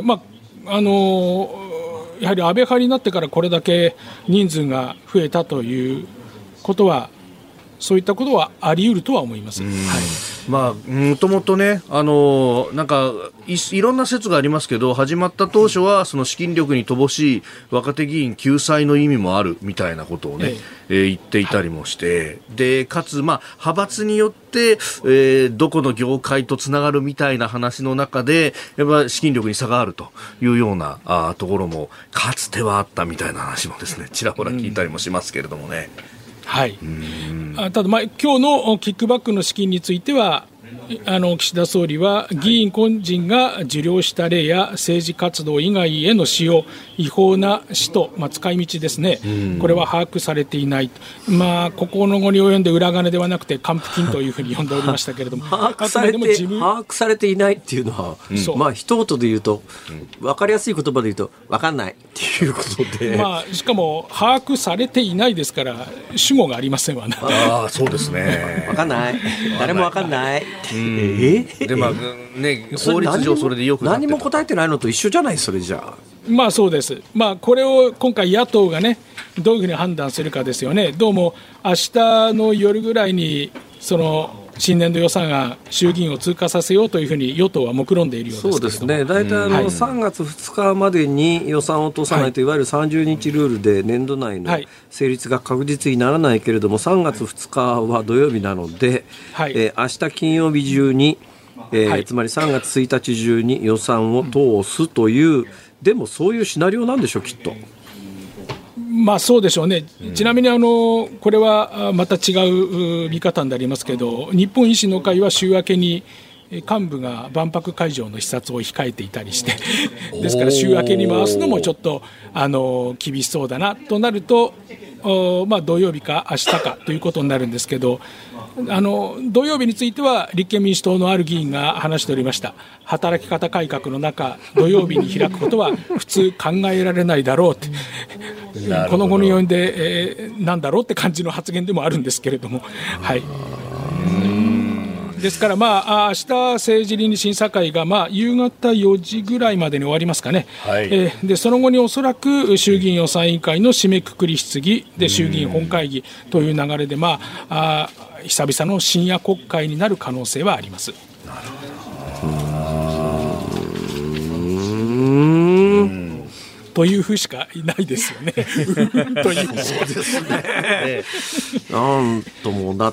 やはり安倍派になってからこれだけ人数が増えたということは、そういったことはあり得るとは思います。 もともとね、なんかいろんな説がありますけど、始まった当初はその資金力に乏しい若手議員救済の意味もあるみたいなことをね、言っていたりもして、でかつ派閥によって、どこの業界とつながるみたいな話の中でやっぱ資金力に差があるというようなところもかつてはあったみたいな話もですね、ちらほら聞いたりもしますけれどもね。 はい、ただ、今日のキックバックの資金については、岸田総理は議員個人が受領した例や政治活動以外への使用、違法な使途、使い道ですね、これは把握されていない、ここの後に及んで裏金ではなくて還付金というふうに呼んでおりましたけれども把握されていないっていうのは、一言で言うと、分かりやすい言葉で言うと分かんないっていうことで、 しかも把握されていないですから主語がありませんわね。 そうですね、 分かんない、誰も分かんないで法律上それでよくなってた。 何も答えてないのと一緒じゃない、それじゃあ。 そうです。これを今回野党がね、どういうふうに判断するかですよね。どうも明日の夜ぐらいにその新年度予算案衆議院を通過させようというふうに与党は目論んでいるようですけれども。 そうですね、大体3月2日までに予算を通さないと、いわゆる30日ルールで年度内の成立が確実にならないけれども、3月2日は土曜日なので、明日金曜日中に、つまり3月1日中に予算を通すという、でもそういうシナリオなんでしょう、きっと。 そうでしょうね。ちなみにこれはまた違う見方になりますけど、日本維新の会は週明けに幹部が万博会場の視察を控えていたりしてですから週明けに回すのもちょっと厳しそうだなとなると、土曜日か明日かということになるんですけど、土曜日については立憲民主党のある議員が話しておりました。働き方改革の中、土曜日に開くことは普通考えられないだろうってこの後に及んで、なんだろうって感じの発言でもあるんですけれども、ですから、明日政治倫理審査会が、夕方4時ぐらいまでに終わりますかね、でその後におそらく衆議院予算委員会の締めくくり質疑で衆議院本会議という流れで、久々の深夜国会になる可能性はあります。なるほど。というふうしかいないですよね。というそうですね。 なんともだって、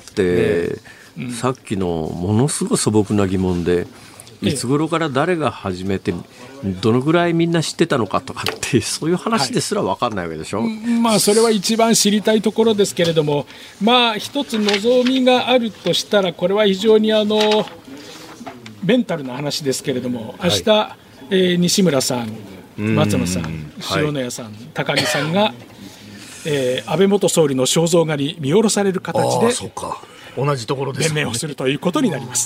さっきのものすごい素朴な疑問で、いつ頃から誰が始めてどのぐらいみんな知ってたのかとかって、そういう話ですら分かんないわけでしょ。 それは一番知りたいところですけれども、一つ望みがあるとしたら、これは非常にメンタルな話ですけれども、明日、西村さん、松野さん、塩谷さん、高木さんが、安倍元総理の肖像画に見下ろされる形で同じところですね、 弁明をするということになります。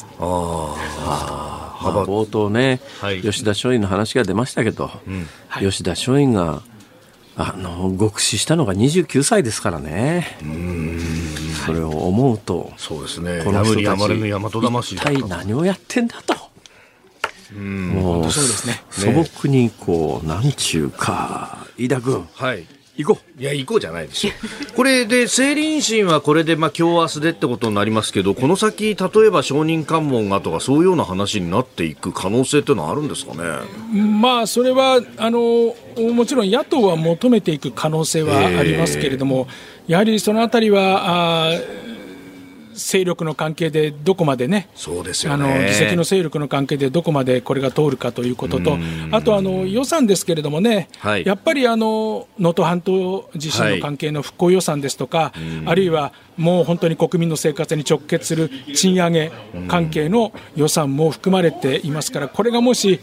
冒頭ね、吉田松陰の話が出ましたけど、吉田松陰が獄死したのが29歳ですからね。それを思うと、 そうですね、 この人たち一体何をやってんだと、もうそうですね、 素朴になんちゅうか、飯田君、行こう。 いや、行こうじゃないですよ。これで政倫審はこれで今日明日でってことになりますけど、この先例えば証人喚問がとかそういうような話になっていく可能性っていうのはあるんですかね。 それはもちろん野党は求めていく可能性はありますけれども、やはりそのあたりは勢力の関係でどこまでね、 そうですよね、 議席の勢力の関係でどこまでこれが通るかということと、あと予算ですけれどもね、やっぱり能登半島地震の関係の復興予算ですとか、あるいはもう本当に国民の生活に直結する賃上げ関係の予算も含まれていますから、これがもし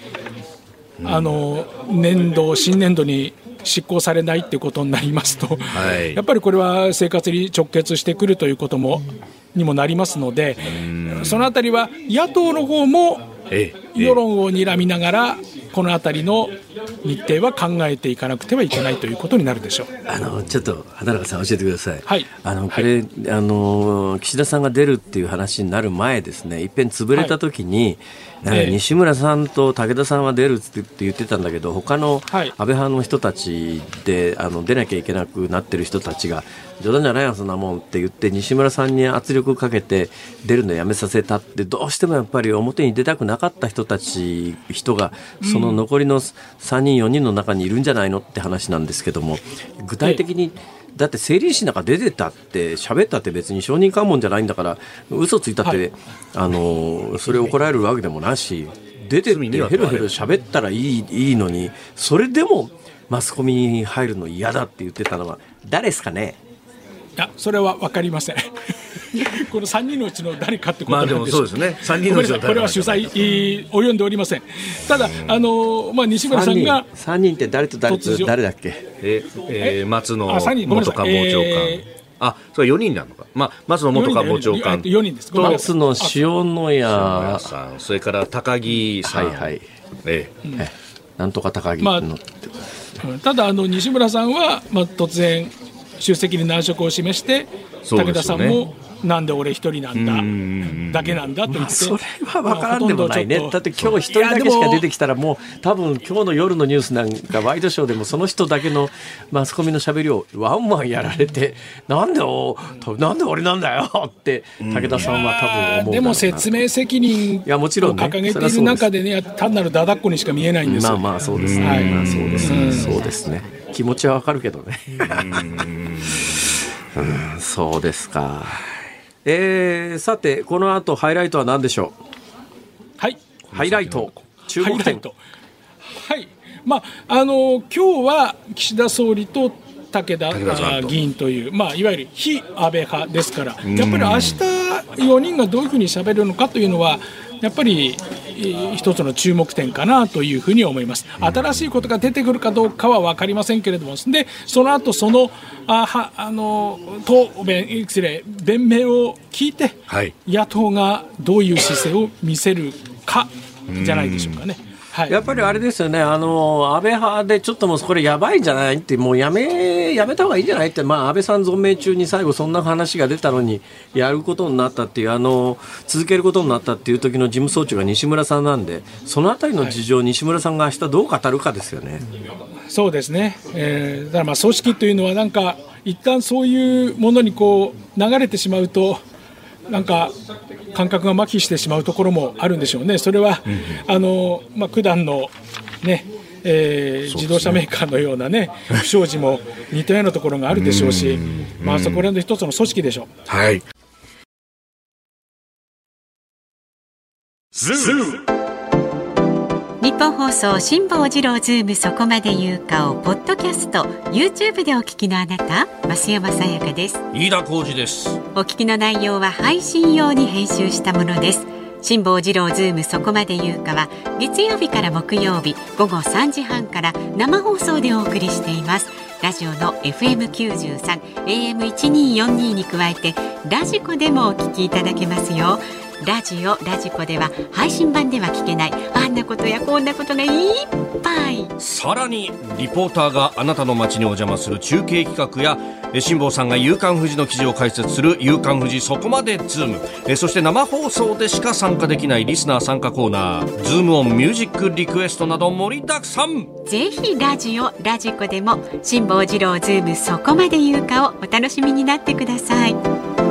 新年度に執行されないということになりますと、やっぱりこれは生活に直結してくるということにもなりますので、そのあたりは野党の方も世論を睨みながらこのあたりの日程は考えていかなくてはいけないということになるでしょう。 ちょっと畑中さん教えてください。 はい、 これ、岸田さんが出るっていう話になる前ですね、いっぺん潰れた時に、西村さんと武田さんは出るって言ってたんだけど、他の安倍派の人たちで出なきゃいけなくなってる人たちが冗談じゃないよそんなもんって言って西村さんに圧力かけて出るのやめさせたって、どうしてもやっぱり表に出たくなかった人がその残りの3人4人の中にいるんじゃないのって話なんですけども、具体的にだって政倫審なんか出てたって喋ったって別に証人喚問じゃないんだから、嘘ついたって、それ怒られるわけでもなし、出てってヘロヘロ喋ったらいいのに、それでもマスコミに入るの嫌だって言ってたのは誰ですかね。 いや、それは分かりませんこの3人のうちの誰かってことなんでしょう。 でもそうですね、3人のうちの誰か、 これは取材及んでおりません。ただ西村さんが 3人って誰と誰だっけ。 松野元官房長官、それ4人なのか、松野元官房長官 4人です。 松野塩谷さん、それから高木さん、 なんとか高木の、 ただ西村さんは、突然出席に難色を示して、武田さんもなんで俺一人なんだだけなんだと言って、 それは分からんでもないね。だって今日一人だけしか出てきたら、もう多分今日の夜のニュースなんかワイドショーでもその人だけのマスコミのしゃべりをワンワンやられて、なんで俺なんだよって武田さんは多分思う。 でも説明責任を掲げている中でね、単なるだだっこにしか見えないんですよ。 そうですね、そうですね、気持ちはわかるけどねそうですか。さてこの後ハイライトは何でしょう。ハイライト注目点。 今日は岸田総理と武田議員という、いわゆる非安倍派ですから、やっぱり明日4人がどういうふうにしゃべるのかというのはやっぱり一つの注目点かなというふうに思います。新しいことが出てくるかどうかは分かりませんけれども、でその後その弁明を聞いて、野党がどういう姿勢を見せるかじゃないでしょうかね。 やっぱりあれですよね、安倍派でちょっともうこれやばいんじゃないって、もうやめた方がいいんじゃないって、安倍さん存命中に最後そんな話が出たのにやることになったっていう、続けることになったっていう時の事務総長が西村さんなんで、そのあたりの事情を西村さんが明日どう語るかですよね。 そうですね、だから組織というのはなんか一旦そういうものに流れてしまうと、なんか感覚が麻痺してしまうところもあるんでしょうね。それは、九段の、自動車メーカーのような、不祥事も似たようなところがあるでしょうし、そこらの一つの組織でしょう。 日本放送辛坊治郎ズームそこまで言うかをポッドキャスト YouTube でお聞きのあなた、増山さやかです。 飯田浩司です。 お聞きの内容は配信用に編集したものです。辛坊治郎ズームそこまで言うかは月曜日から木曜日午後3時半から生放送でお送りしています。ラジオの FM93 AM1242 に加えてラジコでもお聞きいただけますよ。ラジコでは配信版では聞けないあんなことやこんなことがいっぱい。 さらにリポーターがあなたの街にお邪魔する中継企画や、辛坊さんが夕刊フジの記事を解説する夕刊フジそこまでズーム、そして生放送でしか参加できないリスナー参加コーナー、ズームオンミュージックリクエストなど盛りだくさん。 ぜひラジコでも辛坊治郎ズームそこまで言うかをお楽しみになってください。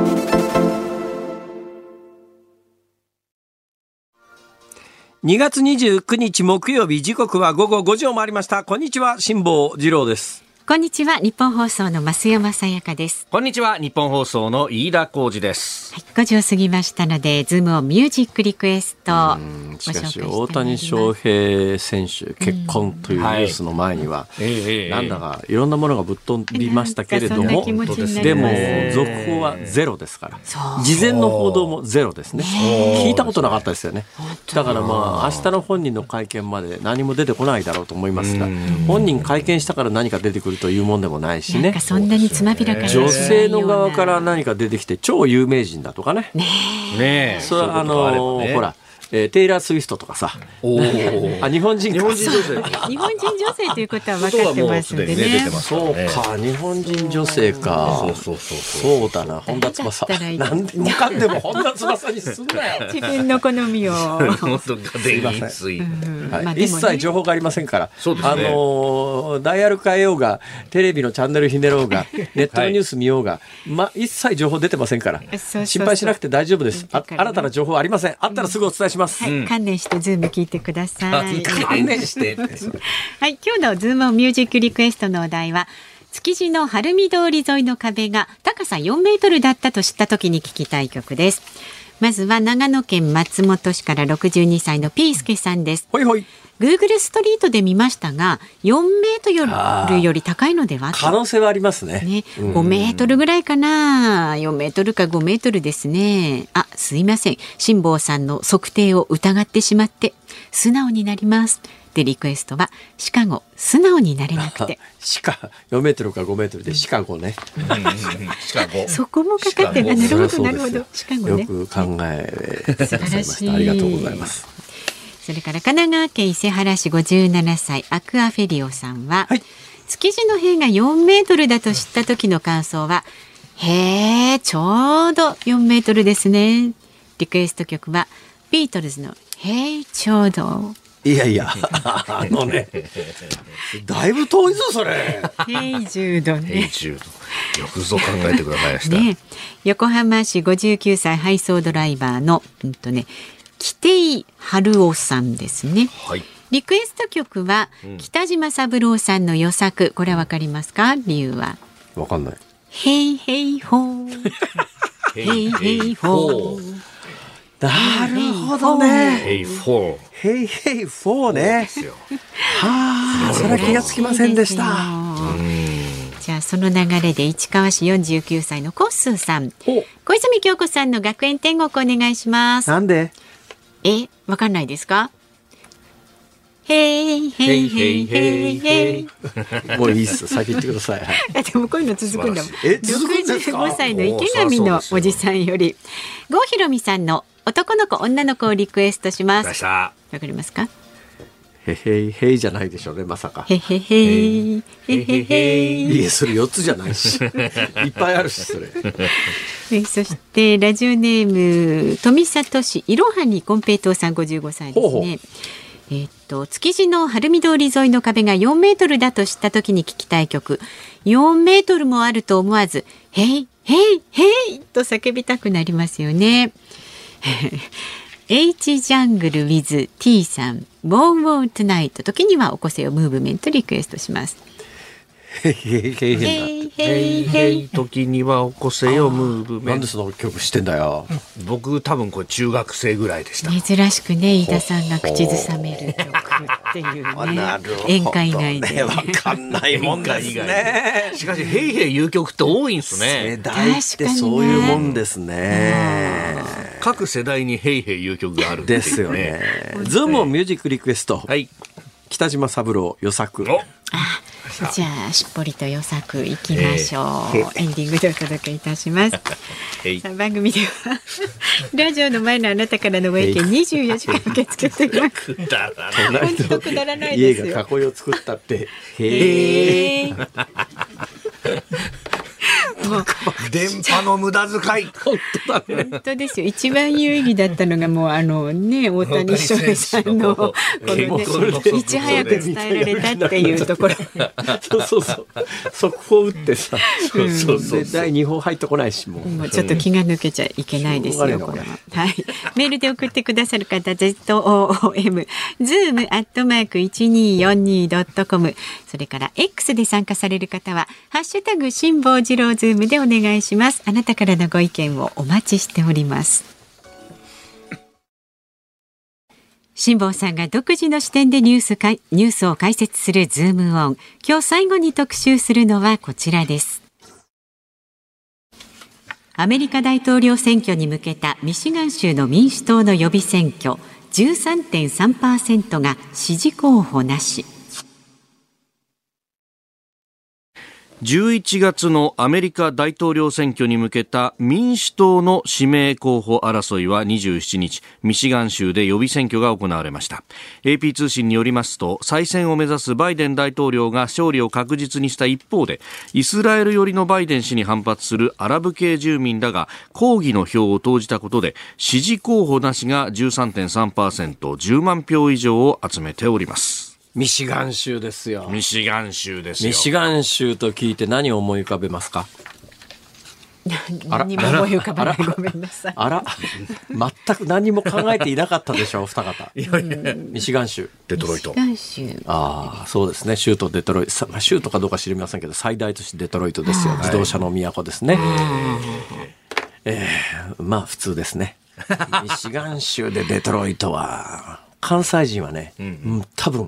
2月29日木曜日、時刻は午後5時を回りました。こんにちは、辛坊治郎です。 こんにちは、日本放送の増山さやかです。 こんにちは、日本放送の飯田浩司です。 5時を過ぎましたので、ズームをミュージックリクエストしかし大谷翔平選手結婚というニュースの前には、なんだかいろんなものがぶっ飛びましたけれども、でも続報はゼロですから、事前の報道もゼロですね。聞いたことなかったですよね。だから明日の本人の会見まで何も出てこないだろうと思いますが、本人会見したから何か出てくるというもんでもないしね。 なんかそんなにつまびらかな女性の側から何か出てきて超有名人だとかね。それはほらテイラー・スウィフトとかさ、日本人女性日本人女性ということは分かってますんでね。 そうか、日本人女性か。そうだな、本田翼。何でもかんでも本田翼にすんなよ。 自分の好みを。 一切情報がありませんから。ダイヤル変えようが、テレビのチャンネルひねろうが、ネットのニュース見ようが、一切情報出てませんから。心配しなくて大丈夫です。新たな情報ありません。あったらすぐお伝えします。 関連してズーム聞いてください。 関連してはい、今日のズームミュージックリクエストのお題は、築地の晴海通り沿いの壁が高さ4メートルだったと知った時に聴きたい曲です。まずは長野県松本市から62歳のピースケさんです。 ほいほい。 Google ストリートで見ましたが、4メートルより高いのではと。 可能性はありますね。 5メートルぐらいかな。4メートルか5メートルですね。すいません。辛坊さんの測定を疑ってしまって素直になります。でリクエストはシカゴ素直になれなくて。 4メートルか5メートルでシカゴね。 シカゴ。そこもかかってなるほどなるほど。シカゴね。 よく考えてくださいました。ありがとうございます。 それから神奈川県伊勢原市57歳アクアフェリオさんは、築地の塀が4メートルだと知った時の感想は、へーちょうど4メートルですね。リクエスト曲はビートルズのへーちょうど。 いやいや、ね、だいぶ遠いぞそれ。 10度ね。 よくぞ考えてくださいました。 横浜市59歳配送ドライバーの北井春夫さんですね。リクエスト曲は北島三郎さんの予作。これはわかりますか？理由はわかんない。 ヘイヘイホーヘイヘイホー。 なるほどね。 ヘイフォー。 ヘイヘイフォーね。はあ、それは気がつきませんでした。 じゃあその流れで市川市49歳のコッスーさん、小泉京子さんの学園天国お願いします。 なんで？ わかんないですか？ヘイヘイヘイヘイヘイ。 もういいっす。先言ってください。 でもこういうの続くんだもん。 続くんですか 65歳の池上のおじさんより郷ひろみさんの男の子女の子をリクエストします。わかりますか？ へへいへいじゃないでしょうね、まさか。 へへへいへへへい。 いや、それ4つじゃないしいっぱいあるしそれそしてラジオネーム富里市いろはにこんぺいとうさん55歳ですね。築地の晴海通り沿いの壁が4メートルだと知った時に聞きたい曲。4メートルもあると思わずへいへいへいと叫びたくなりますよね。H ジャングル with T さん Wow Wow Tonight 時にはおこせよムーブメントリクエストします。 へいへいへいへい時には起こせよムーブメント。 なんでその曲知ってんだよ。 僕多分これ中学生ぐらいでした。 珍しくね、飯田さんが口ずさめる曲っていうね。演歌以外でわかんないもんですね。 しかしヘイヘイ言う曲って多いんですね。 世代ってそういうもんですね。 各世代にヘイヘイ言う曲があるですよね。ズームミュージックリクエスト。北島三郎予作。 じゃあしっぽりと予作いきましょう。エンディングでお届けいたします。さあ番組ではラジオの前のあなたからのご意見24時間受け付けています。本当くだらないですよ。 家が囲いを作ったってへーもう電波の無駄遣い。 本当だね。 本当ですよ。一番有意義だったのがもうね大谷翔平さんのこのねいち早く伝えられたっていうところ。 そう速報打ってさ。で第2報入ってこないしもうちょっと気が抜けちゃいけないですよこれは。はい。メールで送ってくださる方 ZOOM zoom@1242.com それから X で参加される方はハッシュタグ辛坊治郎ズームでお願いします。あなたからのご意見をお待ちしております。辛坊さんが独自の視点でニュースを解説するズームオン。今日最後に特集するのはこちらです。アメリカ大統領選挙に向けたミシガン州の民主党の予備選挙 13.3% が支持候補なし。 11月のアメリカ大統領選挙に向けた民主党の指名候補争いは27日、ミシガン州で予備選挙が行われました。 AP 通信によりますと、再選を目指すバイデン大統領が勝利を確実にした一方で、イスラエル寄りのバイデン氏に反発するアラブ系住民らが抗議の票を投じたことで、支持候補なしが 13.3%、10万票以上を集めております。 ミシガン州ですよ。 ミシガン州ですよ。 ミシガン州と聞いて何を思い浮かべますか？ 何も思い浮かばない。ごめんなさい。 あら、全く何も考えていなかったでしょう、二方。ミシガン州、 デトロイト。 ミシガン州。 ああ、そうですね。州都デトロイト、州都かどうか知りませんけど、最大都市デトロイトですよ。自動車の都ですね。まあ普通ですね。ミシガン州でデトロイトは関西人はね、多分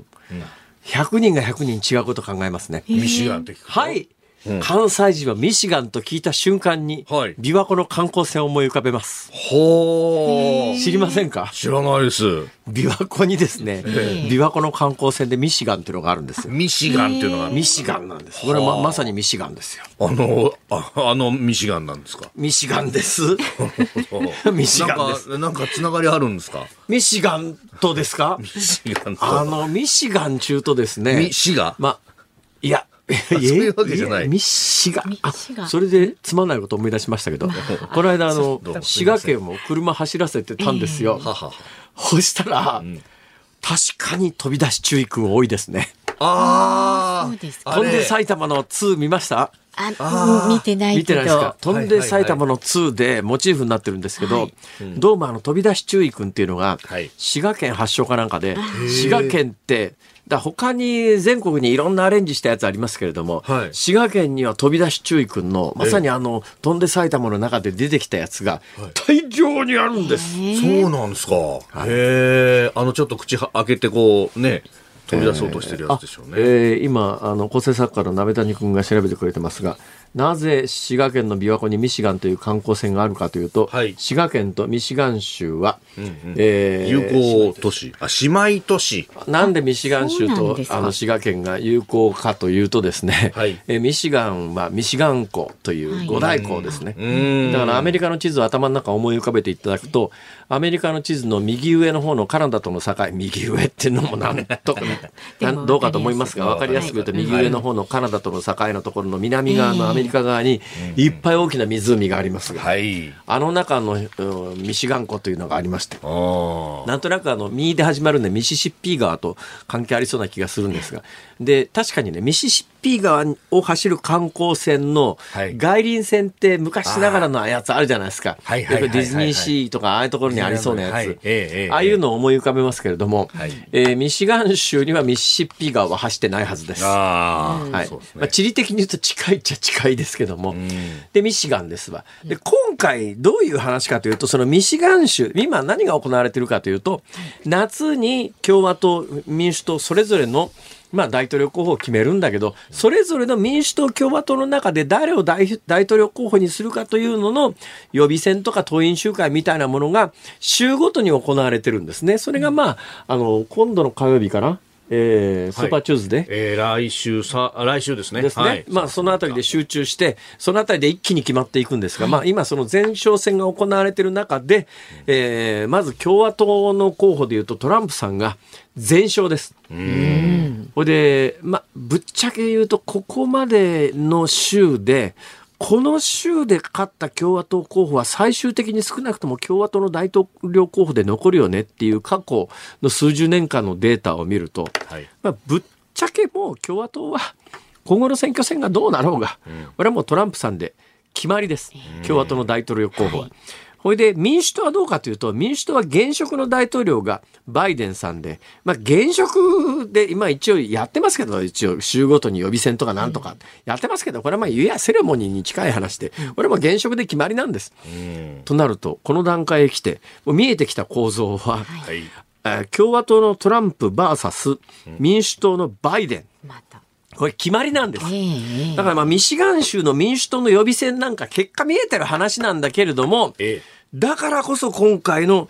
100人が100人違うことを考えますね。 ミシガンって聞くと、 はい、関西人はミシガンと聞いた瞬間に、 はい、 琵琶湖の観光船を思い浮かべます。 ほー、 知りませんか？ 知らないです。 琵琶湖にですね、琵琶湖の観光船でミシガンっていうのがあるんですよ。 ミシガンっていうのがミシガンなんです。これ まさにミシガンですよ。 あのミシガンなんですか？ ミシガンです。ミシガンです。 なんかつながりあるんですか？ ミシガンとですか？ ミシガンとミシガン中とですね。 ミシガン？ いや。 そういうわけじゃない。 ミシガン。それでつまんないことを思い出しましたけど、この間滋賀県を車走らせてたんですよ。そしたら、確かに飛び出し注意君多いですね。 ああ、 飛んで埼玉の2見ました？ 見てないけど。見てないですか？ 飛んで埼玉の2でモチーフになってるんですけど、どうも飛び出し注意君っていうのが、滋賀県発祥かなんかで、滋賀県って他に全国にいろんなアレンジしたやつありますけれども、滋賀県には飛び出し注意君のまさに飛んで埼玉の中で出てきたやつが大量にあるんです。 そうなんですか。へえ。ちょっと口開けてこうね、飛び出そうとしてるやつでしょうね。 今構成作家の鍋谷君が調べてくれてますが、なぜ滋賀県の琵琶湖にミシガンという観光船があるかというと、滋賀県とミシガン州は、 友好都市、姉妹都市。 なんでミシガン州と滋賀県が友好かというとですね、ミシガンはミシガン港という五大港ですね。だからアメリカの地図を頭の中思い浮かべていただくと、アメリカの地図の右上の方のカナダとの境、右上っていうのもなんとかどうかと思いますが、分かりやすく言うと右上の方のカナダとの境のところの南側のアメリカ側にいっぱい大きな湖がありますが、中のミシガン湖というのがありまして、なんとなくミで始まるんでミシシッピ川と関係ありそうな気がするんですが、で確かにね、ミシシッピ川を走る観光船の外輪船って昔ながらのやつあるじゃないですか。ディズニーシーとかああいうところにありそうなやつ、ああいうのを思い浮かべますけれども、ミシガン州にはミシシッピ川は走ってないはずです。地理的に言うと近いっちゃ近いですけども、でミシガンですわ。で今回どういう話かというと、そのミシガン州今何が行われているかというと、夏に共和党民主党それぞれの大統領候補を決めるんだけど、それぞれの民主党共和党の中で誰を大統領候補にするかというのの予備選とか党員集会みたいなものが州ごとに行われてるんですね。それが今度の火曜日かな、スーパーチューズで、 来週ですね。 そのあたりで集中して、そのあたりで一気に決まっていくんですが、今その前哨戦が行われている中で、まず共和党の候補でいうとトランプさんが全勝です。これで、ぶっちゃけ言うとここまでの州で、この州で勝った共和党候補は最終的に少なくとも共和党の大統領候補で残るよねっていう過去の数十年間のデータを見ると、ぶっちゃけもう共和党は今後の選挙戦がどうなろうが、これはもうトランプさんで決まりです。共和党の大統領候補は。これで民主党はどうかというと、民主党は現職の大統領がバイデンさんで、現職で今一応やってますけど、一応州ごとに予備選とかなんとかやってますけど、これはセレモニーに近い話で、これは現職で決まりなんです。となるとこの段階へ来てもう見えてきた構造は、共和党のトランプ VS 民主党のバイデン、これ決まりなんです。だからミシガン州の民主党の予備選なんか結果見えてる話なんだけれども、だからこそ今回の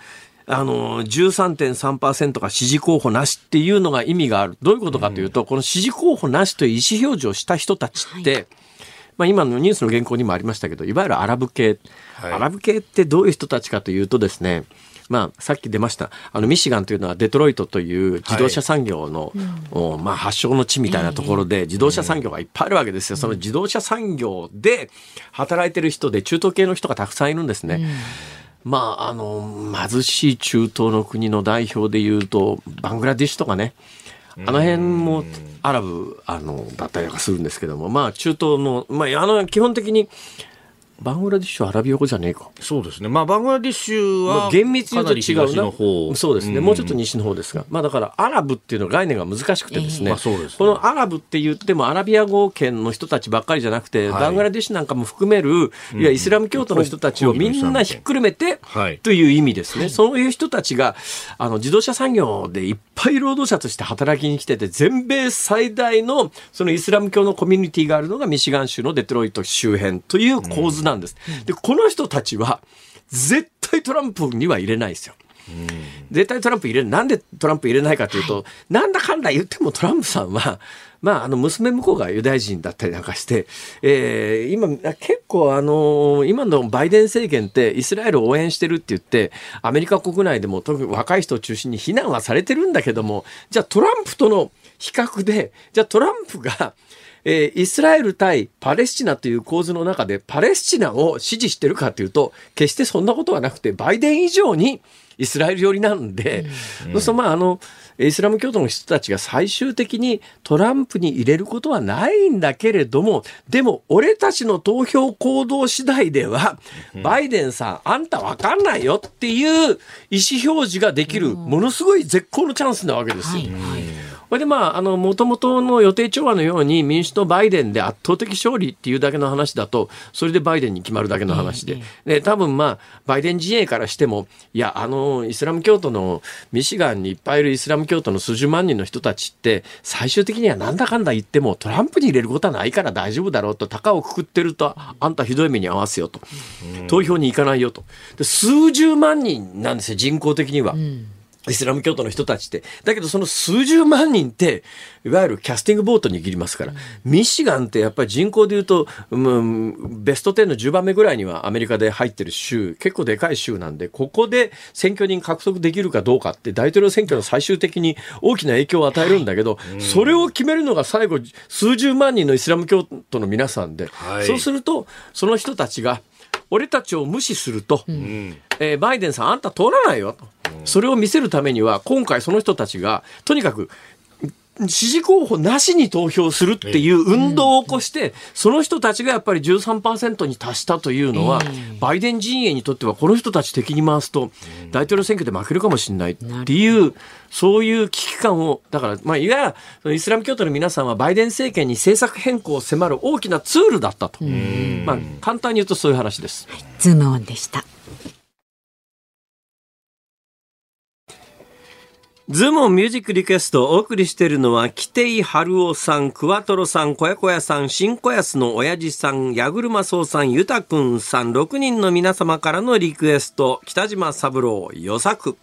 13.3% が支持候補なしっていうのが意味がある。どういうことかというと、この支持候補なしという意思表示をした人たちって、 今のニュースの原稿にもありましたけど、いわゆるアラブ系、アラブ系ってどういう人たちかというとですね、さっき出ましたミシガンというのはデトロイトという自動車産業の、発祥の地みたいなところで自動車産業がいっぱいあるわけですよ。その自動車産業で働いてる人で中東系の人がたくさんいるんですね。貧しい中東の国の代表でいうとバングラディッシュとかね、あの辺もアラブだったりとかするんですけども、中東の、基本的にバングラディッシュはアラビア語じゃねえか。 そうですね。バングラディッシュは厳密に言うと違うな。 の方。 そうですね。もうちょっと西の方ですが、だからアラブっていうの概念が難しくてですね。 そうですね。 このアラブって言ってもアラビア語圏の人たちばっかりじゃなくて、バングラディッシュなんかも含めるいやイスラム教徒の人たちをみんなひっくるめてという意味ですね。そういう人たちが自動車産業でいっぱい労働者として働きに来てて、全米最大のそのイスラム教のコミュニティがあるのがミシガン州のデトロイト周辺という構図なんです。でこの人たちは絶対トランプには入れないですよ。絶対トランプ入れる。なんでトランプ入れないかというと、なんだかんだ言ってもトランプさんは娘婿がユダヤ人だったりなんかして、今結構今のバイデン政権ってイスラエルを応援してるって言ってアメリカ国内でも特に若い人を中心に非難はされてるんだけども、じゃあトランプとの比較で、じゃあトランプがイスラエル対パレスチナという構図の中でパレスチナを支持してるかというと決してそんなことはなくて、バイデン以上にイスラエル寄りなんで、イスラム教徒の人たちが最終的にトランプに入れることはないんだけれども、でも俺たちの投票行動次第ではバイデンさんあんた分かんないよっていう意思表示ができるものすごい絶好のチャンスなわけですよ。これで元々の予定調和のように民主党バイデンで圧倒的勝利っていうだけの話だと、それでバイデンに決まるだけの話で、多分バイデン陣営からしても、いやイスラム教徒のミシガンにいっぱいいるイスラム教徒の数十万人の人たちって最終的にはなんだかんだ言ってもトランプに入れることはないから大丈夫だろうと、高をくくってるとあんたひどい目に遭わせよと、投票に行かないよと。で数十万人なんですよ、人口的には。イスラム教徒の人たちって。だけどその数十万人っていわゆるキャスティングボートに握りますから、ミシガンってやっぱり人口でいうと、ベスト10の10番目ぐらいにはアメリカで入ってる州、結構でかい州なんで、ここで選挙人獲得できるかどうかって大統領選挙の最終的に大きな影響を与えるんだけど、それを決めるのが最後数十万人のイスラム教徒の皆さんで、そうするとその人たちが俺たちを無視すると、バイデンさんあんた通らないよと。それを見せるためには今回その人たちがとにかく支持候補なしに投票するっていう運動を起こして、その人たちがやっぱり 13% に達したというのは、バイデン陣営にとってはこの人たち敵に回すと大統領選挙で負けるかもしれないっていう、そういう危機感を、だからいわゆるイスラム教徒の皆さんはバイデン政権に政策変更を迫る大きなツールだったと、簡単に言うとそういう話です。 ズームオンでした。 ズームオンミュージックリクエストをお送りしているのは、北井春夫さん、クワトロさん、小屋小屋さん、新小安の親父さん、矢車荘さん、ゆたくんさん、6人の皆様からのリクエスト、北島三郎、与作。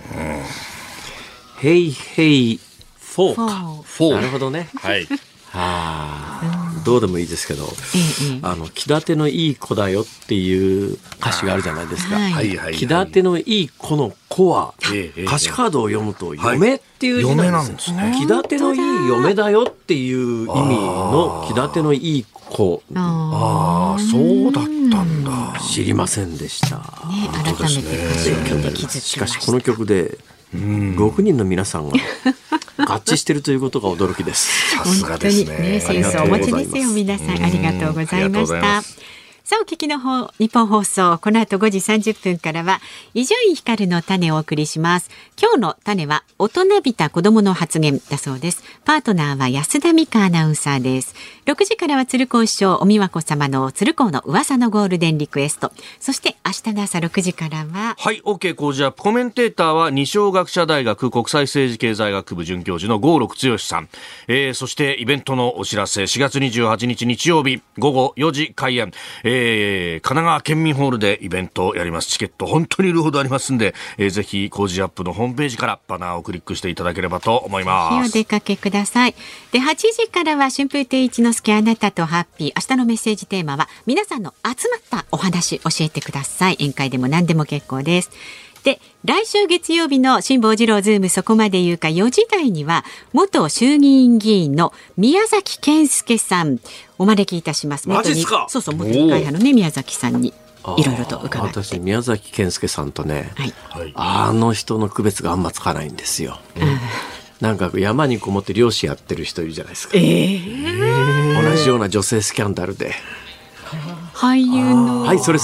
ヘイヘイフォーか。なるほどね。 はい。 どうでもいいですけど、気立てのいい子だよっていう歌詞があるじゃないですか。気立てのいい子の子は、歌詞カードを読むと嫁っていう字なんですね。気立てのいい嫁だよっていう意味の気立てのいい子。 そうだったんだ。 知りませんでした。 改めてしかしこの曲で6人の皆さんが合致しているということが驚きです。 さすがですね。 センスをお持ちですよ皆さん、ありがとうございました。さあお聞きの日本放送、この後5時30分からは伊集院光の種をお送りします。今日の種は大人びた子どもの発言だそうです。パートナーは安田美香アナウンサーです。6時からは鶴光師匠お美和子様の鶴光の噂のゴールデンリクエスト、そして明日の朝6時からは OK 工事アップ。コメンテーターは二松学舎大学国際政治経済学部准教授の郷六剛さん、そしてイベントのお知らせ、4月28日日曜日午後4時開演、 神奈川県民ホールでイベントをやります。チケット本当にいるほどありますんで、ぜひコージーアップのホームページからバナーをクリックしていただければと思います。 お出かけください。で、8時からは春風亭一之輔あなたとハッピー。明日のメッセージテーマは皆さんの集まったお話教えてください。宴会でも何でも結構です。で、来週月曜日の辛坊治郎ズームそこまで言うか4時台には元衆議院議員の宮崎健介さんお招きいたします。 マジですか？ そうそう、元二階派のね宮崎さんにいろいろと伺って。 私宮崎健介さんとね、 はい、 あの人の区別があんまつかないんですよ。なんか山にこもって漁師やってる人いるじゃないですか。同じような女性スキャンダルで俳優のはい、それ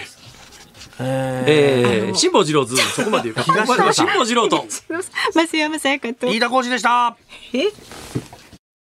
辛坊治郎ズームそこまで言うか。辛坊治郎と増山さやかと飯田浩司でした。